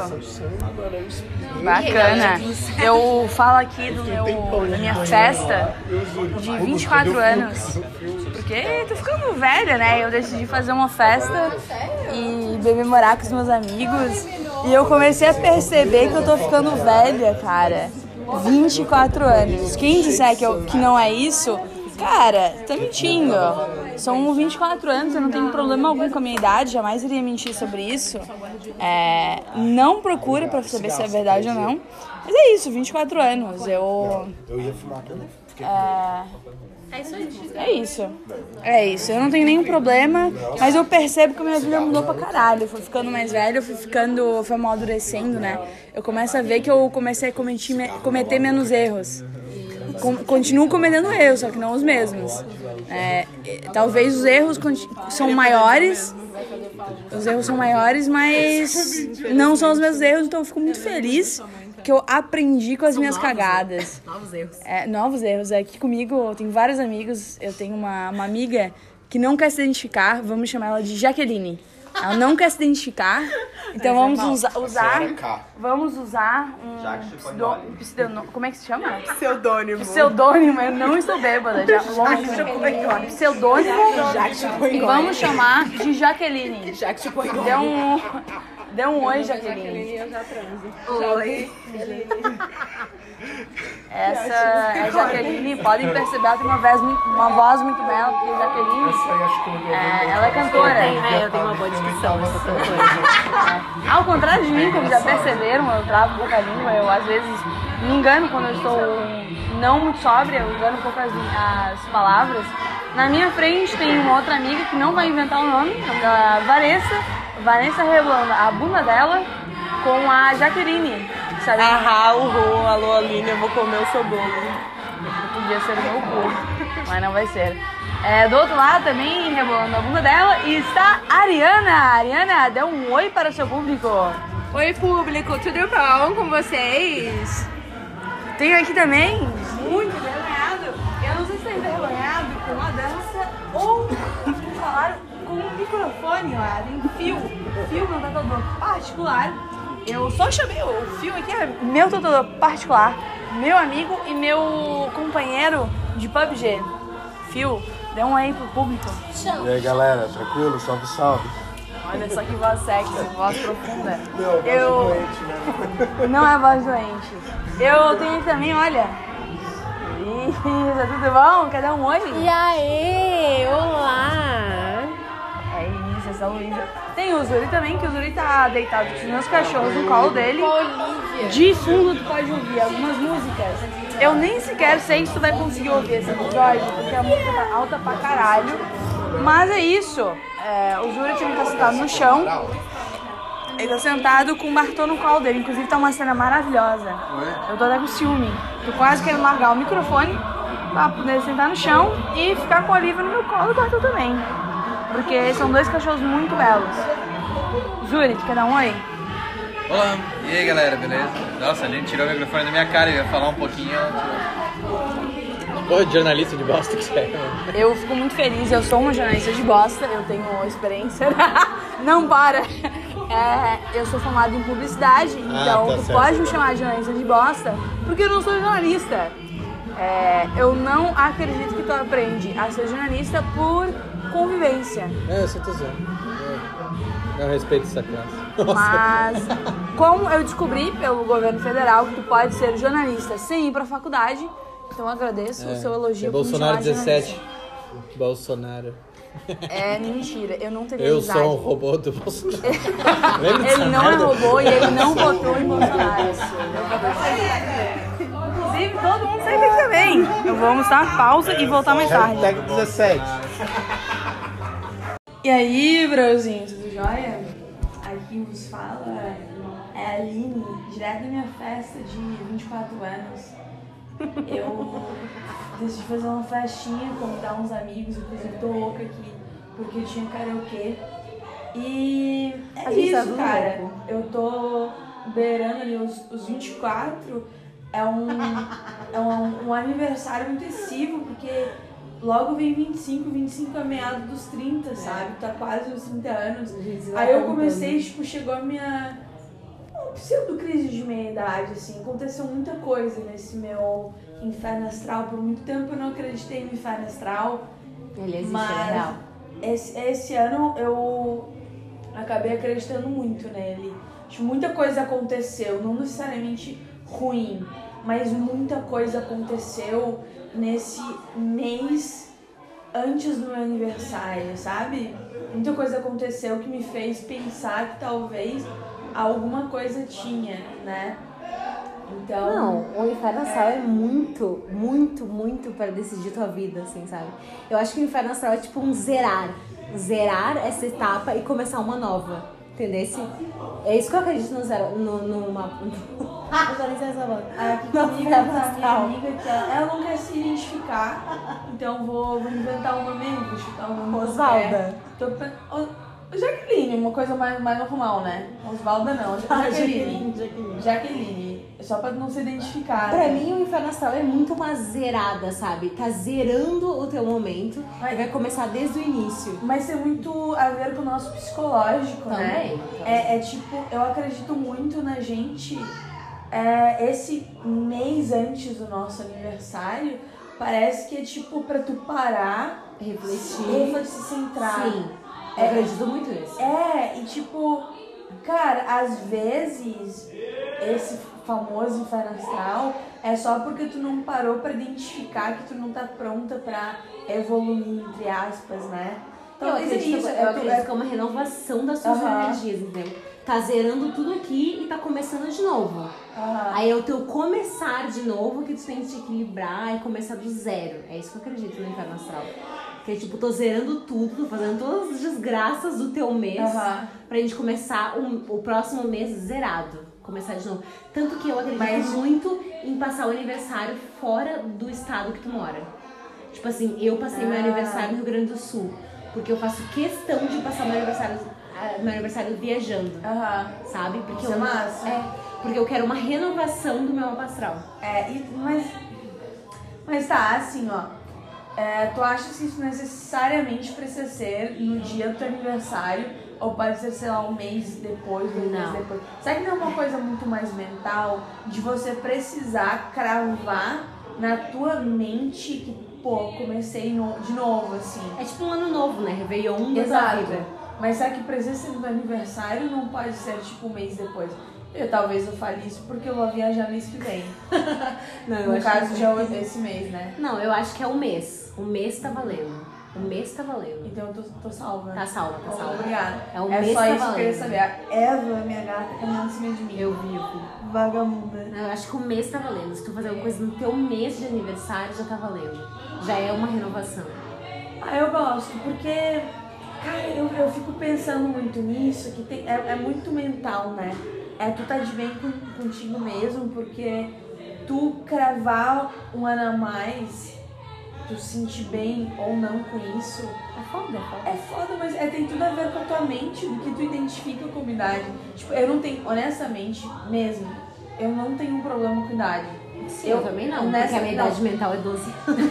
Bacana. Eu falo aqui do meu, da minha festa de vinte e quatro anos. Porque tô ficando velha, né? Eu decidi fazer uma festa e comemorar com os meus amigos. E eu comecei a perceber que eu tô ficando velha, cara. vinte e quatro anos. Quem disser que, eu, que não é isso, cara, tá mentindo. São vinte e quatro anos, eu não tenho problema algum com a minha idade, jamais iria mentir sobre isso. É, não procure pra saber se é verdade ou não. Mas é isso, vinte e quatro anos. Eu. É, é isso. É isso. Eu não tenho nenhum problema, mas eu percebo que a minha vida mudou pra caralho. Eu fui ficando mais velha, eu fui ficando. Fui amadurecendo, né? Eu começo a ver que eu comecei a cometer, cometer menos erros. Com, continuo cometendo erros, só que não os mesmos. É, talvez os erros são maiores, os erros são maiores, mas não são os meus erros, então eu fico muito feliz que eu aprendi com as minhas cagadas. Novos erros. É, novos erros. Aqui comigo eu tenho vários amigos, eu tenho uma, uma amiga que não quer se identificar, vamos chamar ela de Jaqueline. Ela não quer se identificar, então vamos usa, usar, vamos usar um pseudo, pseudo, como é que se chama? Pseudônimo. Pseudônimo, eu não estou bêbada, já longe de pseudônimo, e vamos chamar de Jaqueline. Dê um, dê um oi, Jaqueline. Oi. Essa é a Jaqueline, podem perceber, ela tem uma voz muito, uma voz muito bela, porque a Jaqueline, é, ela é cantora. É, eu tenho uma boa descrição, eu sou cantora. É. Ao contrário de mim, como já perceberam, eu travo um pouco a língua, eu às vezes me engano quando eu estou não muito sóbria, eu engano um pouco as, as palavras. Na minha frente tem uma outra amiga que não vai inventar o nome, o nome dela é Vanessa, Vanessa rebolando a bunda dela com a Jaqueline. Sabe? Ahá, uhul, alô Aline, eu vou comer o seu bolo. Podia ser o meu cu, mas não vai ser. É, do outro lado também, rebolando a bunda dela, está a Ariana. Ariana, dê um oi para o seu público. Oi, público, tudo bom com vocês? Tem aqui também, muito envergonhado. Eu não sei se está envergonhado com a dança ou por falar com um microfone lá, tem fio, fio no tatuador particular. Eu só chamei o Fio aqui, é meu tatuador particular, meu amigo e meu companheiro de P U B G. Fio, dê um aí pro público. E aí galera, tranquilo? Salve, salve. Olha só que voz sexy, voz profunda. Não, eu... voz doente, né? Não é voz doente. Eu tenho aqui também, olha. Isso, tudo bom? Cadê um oi? E aí, olá! É isso, essa Luísa. Tem o Zuri também, que o Zuri tá deitado com os meus cachorros no colo dele. Olivia. De fundo tu pode ouvir algumas músicas. Eu nem sequer sei se tu vai conseguir ouvir esse episódio, porque a música tá alta pra caralho. Mas é isso. É, o Zuri também tá sentado no chão. Ele tá sentado com o Bartô no colo dele. Inclusive tá uma cena maravilhosa. Eu tô até com ciúme. Tô quase querendo largar o microfone pra poder sentar no chão e ficar com a Olivia no meu colo e o Bartô também. Porque são dois cachorros muito belos. Zuri, tu quer dar um oi? Olá, e aí galera, beleza? Nossa, a gente tirou o microfone da minha cara e ia falar um pouquinho. Porra de jornalista de bosta que você é. Eu fico muito feliz, eu sou uma jornalista de bosta, eu tenho experiência. Não para! É, eu sou formada em publicidade, então tá tu certo. pode me chamar de jornalista de bosta, porque eu não sou jornalista. É, eu não acredito que tu aprende a ser jornalista por convivência. É, eu só tô zoando. Eu respeito essa classe. Mas como eu descobri pelo governo federal que tu pode ser jornalista sem ir pra faculdade, então eu agradeço o seu elogio. É por me Bolsonaro chamar de dezessete. Bolsonaro. É mentira, eu não teria Eu amizade. sou um robô do Bolsonaro. Lembra dessa Ele não é merda? robô e ele não votou em Bolsonaro. Inclusive, todo mundo segue aqui também. Eu vou mostrar pausa e voltar mais tarde. Hashtag dezessete. E aí, brozinho, tudo jóia? Aqui vos fala é a Aline, direto da minha festa de vinte e quatro anos. Eu decidi fazer uma festinha, convidar uns amigos, inclusive tô louca aqui, porque tinha karaokê. E é A gente isso, tá cara. louco. Eu tô beirando ali os, os vinte e quatro. É um, é um, um aniversário muito excessivo, porque logo vem vinte e cinco, vinte e cinco é meado dos trinta, É. sabe? Tá quase nos trinta anos. A gente vai Aí eu contando. comecei, tipo, chegou a minha uma pseudo crise de meia-idade, assim. Aconteceu muita coisa nesse meu inferno astral. Por muito tempo eu não acreditei no inferno astral. Ele existe, mas ele é real. Esse, esse ano eu acabei acreditando muito nele. Tipo, muita coisa aconteceu, não necessariamente ruim, mas muita coisa aconteceu nesse mês antes do meu aniversário, sabe? Muita coisa aconteceu que me fez pensar que talvez alguma coisa tinha, né? Então... Não, o inferno astral é muito, muito, muito para decidir tua vida, assim, sabe? Eu acho que o inferno astral é tipo um zerar. Zerar essa etapa e começar uma nova. Entendeu? É isso que eu acredito no zero, no, numa... Ah, já nem sei essa voz. Aqui No comigo inferno tá minha astral. amiga, que ela, ela não quer se identificar, então vou, vou inventar um nome, vou chutar um nome. Osvalda. qualquer. Tô pe- O- Jaqueline, uma coisa mais, mais normal, né? Osvalda não, Ah, Jaqueline. Jaqueline. Jaqueline, só pra não se identificar. Pra né? mim, o inferno astral é muito uma zerada, sabe? Tá zerando o teu momento e vai começar desde o início. Mas tem muito a ver com o nosso psicológico, né? Também, também. É, é tipo, eu acredito muito na gente. É, esse mês antes do nosso aniversário, parece que é tipo pra tu parar, Refletir. refletir, se centrar. Sim, eu É, acredito muito nisso. É, e tipo, cara, às vezes esse famoso inferno astral é só porque tu não parou pra identificar que tu não tá pronta pra evoluir, entre aspas, né? Eu Talvez é acredito, isso, eu é tu- acredito é- que é uma renovação das suas Aham. energias, entendeu? Tá zerando tudo aqui e tá começando de novo. Aham. Aí é o teu começar de novo que tu tem que te equilibrar e começar do zero. É isso que eu acredito no inferno astral. Que é tipo, tô zerando tudo, tô fazendo todas as desgraças do teu mês Aham. pra gente começar o, o próximo mês zerado. Começar de novo. Tanto que eu acredito Mas- muito em passar o aniversário fora do estado que tu mora. Tipo assim, eu passei meu Ah. aniversário no Rio Grande do Sul. Porque eu faço questão de passar meu aniversário, ah, meu aniversário viajando. Aham. Sabe? Porque Isso eu, é massa. É, porque eu quero uma renovação do meu mapa astral. É, e- mas, mas tá, assim, ó. É, tu acha que isso necessariamente precisa ser no dia do teu aniversário? Ou pode ser, sei lá, um mês depois, dois meses Não. depois? Será que não é uma coisa muito mais mental de você precisar cravar na tua mente que, pô, comecei no- de novo, assim? É tipo um ano novo, né? Réveillon da tua Exato. vida. Mas será que precisa ser no aniversário? Não pode ser tipo um mês depois. Eu talvez eu fale isso porque eu vou viajar mês que vem. Não, eu No acho caso, que- já é esse mês, né? Não, eu acho que é um mês. O mês tá valendo. O mês tá valendo. Então eu tô, tô salva. Tá salva, tá Oh, salva. Obrigada. É o é mês só tá isso que eu queria valendo. saber. A Eva, minha gata, caminhando em cima de mim. Eu vi, eu vi. Vagabunda. Não, eu acho que o mês tá valendo. Se tu fazer alguma coisa no teu mês de aniversário, já tá valendo. Já é uma renovação. Ah, eu gosto, porque, cara, eu, eu fico pensando muito nisso, que tem, é, é muito mental, né? É tu tá de bem com, contigo mesmo, porque tu cravar um ano a mais, tu se sentir bem ou não com isso, É foda, é foda. é foda, mas é, tem tudo a ver com a tua mente, do que tu identifica como idade. Tipo, eu não tenho, honestamente, mesmo, eu não tenho um problema com idade. Sim, eu, também não, nessa- porque a minha não. idade mental é doze anos.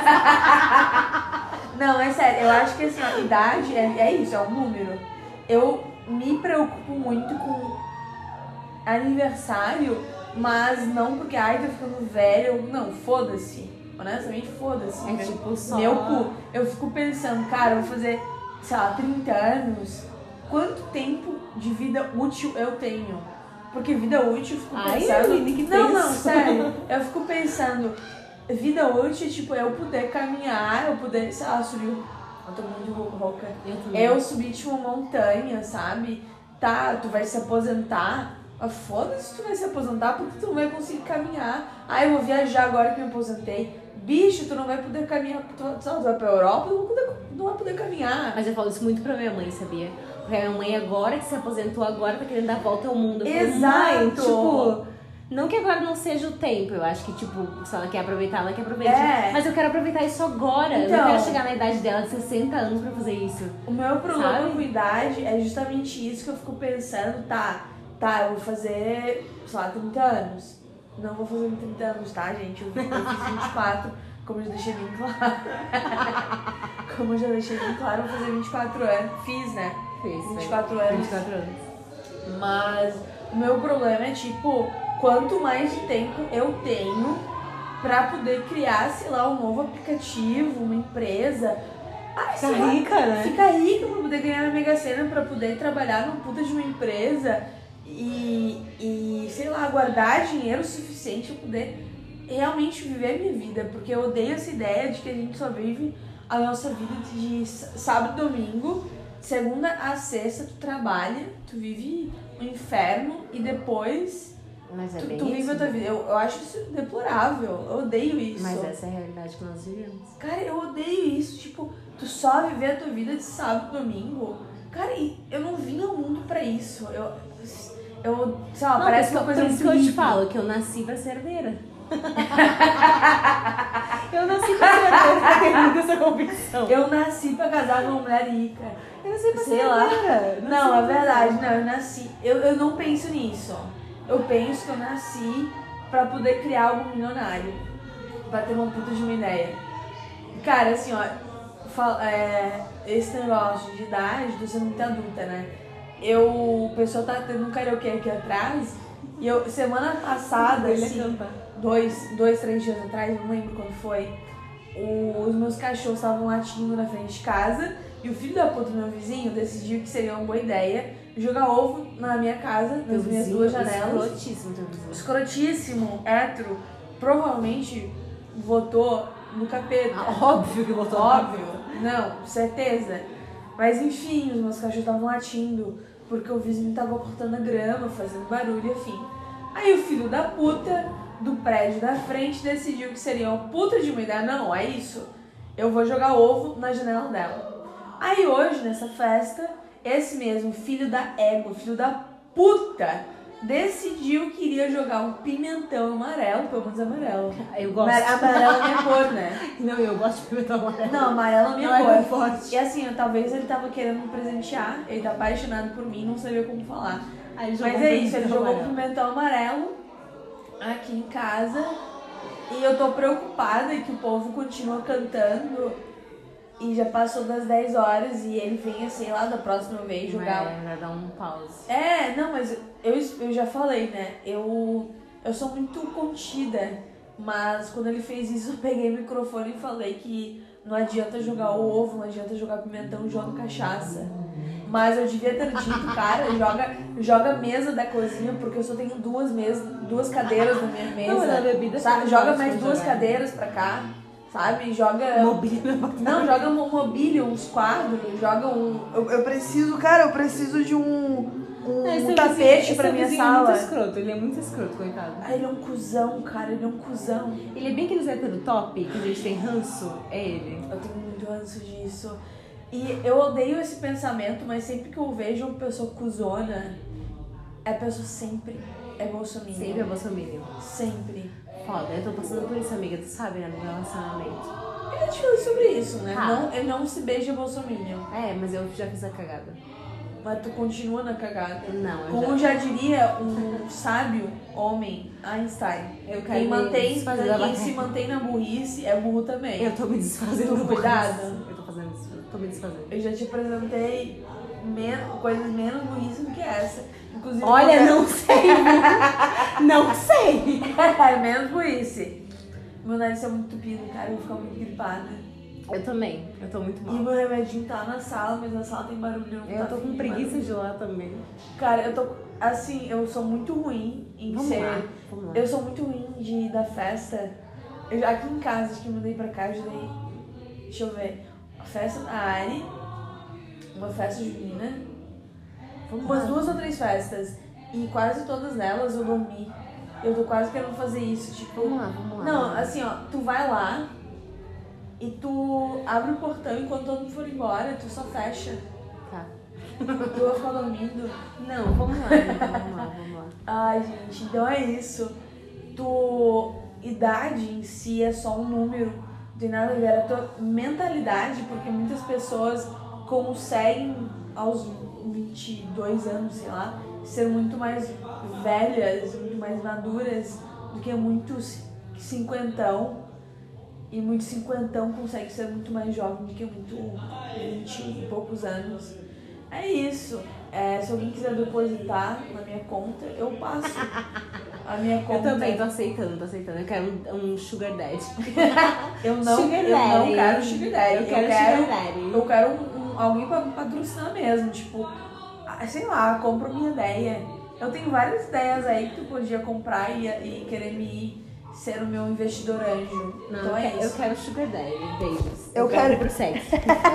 Não, é sério, eu acho que assim, a idade é, é isso, é um número. Eu me preocupo muito com aniversário, mas não porque, ai, tô ficando velho. Não, foda-se. Honestamente, foda-se. É tipo só... Meu cu. Eu fico pensando, cara, eu vou fazer, sei lá, trinta anos. Quanto tempo de vida útil eu tenho? Porque vida útil, eu fico Ai, pensando... Aline, que não, tenso. não, sério. Eu fico pensando... Vida útil, tipo, eu poder caminhar, eu poder, sei lá, subir... Eu tô muito rouca. Eu também. Eu subir, tipo, uma montanha, sabe? Tá, tu vai se aposentar. Mas foda-se, tu vai se aposentar porque tu não vai conseguir caminhar. Ah, eu vou viajar agora que me aposentei. Bicho, tu não vai poder caminhar. Tu, tu vai pra Europa, tu não, vai poder, não vai poder caminhar. Mas eu falo isso muito pra minha mãe, sabia? Porque a minha mãe agora que se aposentou, agora tá querendo dar a volta ao mundo. Eu falo, mãe, Exato. tipo... Não que agora não seja o tempo, eu acho que, tipo, se ela quer aproveitar, ela quer aproveitar. É. Mas eu quero aproveitar isso agora. Eu Então. não quero chegar na idade dela de sessenta anos pra fazer isso. O meu problema Sabe? com idade é justamente isso que eu fico pensando, tá, tá, eu vou fazer, sei lá, trinta anos. Não vou fazer trinta anos, tá, gente? Eu, eu fiz vinte e quatro, como eu já deixei bem claro. Como eu já deixei bem claro, eu vou fazer vinte e quatro anos. Fiz, né? Fiz. vinte e quatro anos. vinte e quatro anos. Mas o meu problema é, tipo, quanto mais de tempo eu tenho pra poder criar, sei lá, um novo aplicativo, uma empresa. Ai, Fica sei lá, rica, né? Fica rica pra poder ganhar na Mega Sena, pra poder trabalhar numa puta de uma empresa e, e, sei lá, guardar dinheiro suficiente pra poder realmente viver a minha vida. Porque eu odeio essa ideia de que a gente só vive a nossa vida de sábado e domingo, segunda a sexta tu trabalha, tu vive um inferno e depois... Mas é Tu, bem tu vive isso. a tua vida. Eu, eu acho isso deplorável. Eu odeio isso. Mas essa é a realidade que nós vivemos. Cara, eu odeio isso. Tipo, tu só viver a tua vida de sábado e domingo. Cara, e eu não vim ao mundo pra isso. Eu, eu sei lá, Não, parece por uma coisa por isso muito que eu te hippie. falo, que eu nasci pra ser herdeira. Eu nasci pra ser herdeira, eu tenho muito essa convicção. Eu nasci pra casar com uma mulher rica. Eu nasci pra Sei ser lá. herdeira. Eu nasci Não, é pra ser verdade. herdeira. Não, eu nasci. Eu, eu não penso nisso. Eu penso que eu nasci pra poder criar algo milionário. Pra ter uma puta de uma ideia. Cara, assim, ó. Fala, é, esse negócio de idade, tô sendo muito adulta, né? Eu, o pessoal tá tendo um karaokê aqui atrás. E eu, semana passada, Ele assim, canta. dois, dois, três dias atrás, não lembro quando foi, os meus cachorros estavam latindo na frente de casa. E o filho da puta do meu vizinho decidiu que seria uma boa ideia jogar ovo na minha casa, nas Teu minhas vizinho, duas janelas. escrotíssimo teu vizinho. Escrotíssimo, hétero, provavelmente votou no capeta. Ah, óbvio que botou. Óbvio, não, certeza. Mas enfim, os meus cachorros estavam latindo porque o vizinho tava cortando a grama, fazendo barulho, enfim. Aí o filho da puta do prédio da frente decidiu que seria uma puta de uma ideia. Não, é isso. Eu vou jogar ovo na janela dela. Aí hoje, nessa festa, esse mesmo filho da égua, filho da puta, decidiu que iria jogar um pimentão amarelo, pelo menos amarelo. Eu gosto. Amar- Amarelo é minha cor, né? Não, eu gosto de pimentão amarelo. Não, amarelo é minha Não é cor. muito forte. E assim, ó, talvez ele tava querendo me presentear, ele tá apaixonado por mim, não sabia como falar. Aí ele jogou Mas um é isso, ele pimentão jogou um amarelo. pimentão amarelo aqui em casa e eu tô preocupada que o povo continua cantando e já passou das dez horas e ele venha, sei lá, da próxima vez jogar. É, vai dar um pause. É, não, mas eu, eu já falei, né? Eu, eu sou muito contida, mas quando ele fez isso, eu peguei o microfone e falei que não adianta jogar o ovo, não adianta jogar pimentão, joga cachaça. Mas eu devia ter dito, cara, joga, joga a mesa da cozinha, porque eu só tenho duas mesas, duas cadeiras na minha mesa. Não, mas a bebida sabe? foi Joga ótima mais duas jogar. cadeiras pra cá, sabe? Joga. Mobília. Não, joga um mobília, uns quadros, joga um. Eu, eu preciso, cara, eu preciso de um. Um, Esse um vizinho- tapete esse pra minha vizinho sala. É muito escroto, ele é muito escroto, coitado. Ah, ele é um cuzão, cara, ele é um cuzão. Ele é bem aqueles hétero top, que a gente tem ranço, é ele. Eu tenho muito ranço disso. E eu odeio esse pensamento, mas sempre que eu vejo uma pessoa cuzona, a pessoa sempre é bolsominion. Sempre é bolsominion. Sempre. Foda, eu tô passando por isso, amiga, tu sabe, né, no relacionamento. Eu já te falei sobre isso, né? Ah. Não, eu não se beija bolsominion. É, mas eu já fiz a cagada. Mas tu continua na cagada. Não, eu Como já... já diria um sábio homem, Einstein, Eu quero quem, me mantém, desfazer da quem barriga. se mantém na burrice é burro também. Eu tô me desfazendo da Cuidado. burrice. Eu tô fazendo isso, eu tô me desfazendo. Eu já te apresentei men coisas menos burrice do que essa. Inclusive, Olha, eu- não sei. Não sei. É, menos burrice. Meu nariz é muito tupido, cara, eu vou ficar muito gripada. Eu também, eu tô muito E mal. meu remedinho tá na sala, mas na sala tem barulho. Não Eu tá tô com afim de preguiça barulho. de ir lá também. Cara, eu tô. Assim, eu sou muito ruim em Vamos ser. lá, vamos lá. Eu sou muito ruim de ir da festa. Eu, já- aqui em casa, acho que eu mudei pra cá, eu já dei. Deixa eu ver. A festa da Ari, uma festa junina, Vamos umas lá. duas ou três festas. E quase todas elas eu dormi. Eu tô quase querendo fazer isso, tipo. Vamos lá, vamos lá. Não, assim, ó, tu vai lá e tu abre o portão e quando todo mundo for embora, tu só fecha. Tá. Tu vai ficar dormindo. Não, vamos lá, amiga, vamos lá, vamos lá. Ai, gente, então é isso. Tu. Idade em si é só um número. Não tem nada a ver. A tua mentalidade, porque muitas pessoas conseguem aos vinte e dois anos, sei lá, ser muito mais velhas, muito mais maduras do que muitos cinquentão. E muito cinquentão consegue ser muito mais jovem do que muito vinte e poucos anos. É isso. É, se alguém quiser depositar na minha conta, eu passo a minha conta. Eu também tô aceitando, tô aceitando. Eu quero um, um sugar daddy. Eu não, Sugar eu não daddy. quero sugar daddy. Eu quero eu quero, sugar daddy. Eu quero um, um, alguém pra patrocinar mesmo. Tipo, ah, sei lá, compra minha ideia. Eu tenho várias ideias aí que tu podia comprar e, e querer me ser o meu investidor anjo. Não, então eu, é quero, isso. eu quero sugar daddy, beijos. Eu quero- por sexo.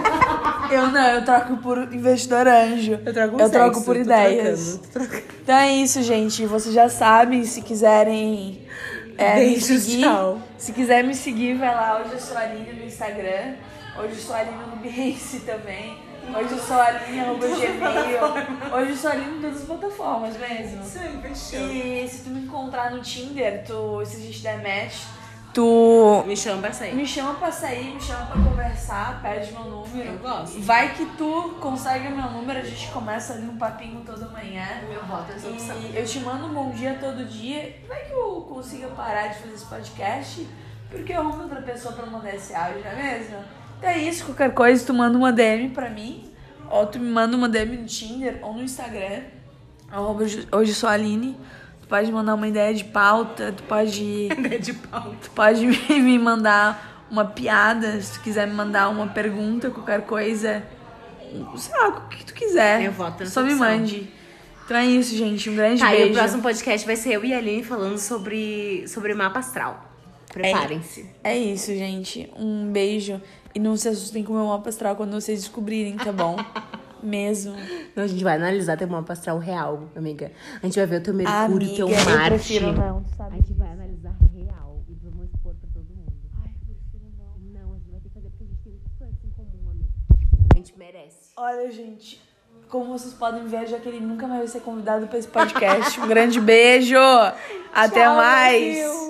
Eu não, eu troco por investidor anjo. Eu troco por Eu troco sexo, por tô ideias. trocando, tô trocando. Então é isso, gente. Vocês já sabem, se quiserem é, me Beijos, seguir. tchau. Se quiser me seguir, vai lá. Hoje eu sou a Aline no Instagram. Hoje eu sou a Aline no Behance também. Hoje eu sou a Aline arroba gmail. Hoje eu sou a Aline em todas as plataformas mesmo. Sim, fechou. E se tu me encontrar no Tinder, tu, se a gente der match, tu Me chama pra sair. me chama pra sair, me chama pra conversar, pede meu número. Eu gosto. Vai que tu consegue o meu número, a gente começa ali um papinho toda manhã. Meu voto é essa opção. E eu te mando um bom dia todo dia. Vai que eu consiga parar de fazer esse podcast, porque eu arrumo outra pessoa pra mandar esse áudio, não é mesmo? Então é isso, qualquer coisa, tu manda uma D M pra mim, ou tu me manda uma D M no Tinder ou no Instagram, arroba hoje sou a Aline. Tu pode mandar uma ideia de pauta, tu pode... Ideia de pauta. Tu pode me mandar uma piada, se tu quiser me mandar uma pergunta, qualquer coisa, sei lá, o que tu quiser. Eu voto nessa Só me opção. mande. Então é isso, gente. Um grande Tá, beijo. e o próximo podcast vai ser eu e a Aline falando sobre, sobre mapa astral. Preparem-se. É isso, gente. Um beijo. E não se assustem com o meu mapa astral quando vocês descobrirem, tá bom? Mesmo. Então a gente vai analisar teu mapa astral real, amiga. A gente vai ver o teu Mercúrio, teu Amiga, eu Marte. prefiro não, A sabe? gente vai analisar real e vamos expor pra todo mundo. Ai, eu prefiro não. Não, a gente vai ter que fazer porque a gente tem muitas coisas em comum, amiga. A gente merece. Olha, gente, como vocês podem ver, a Jaqueline nunca mais vai ser convidada pra esse podcast. Um grande beijo. Até Tchau, mais. Brasil.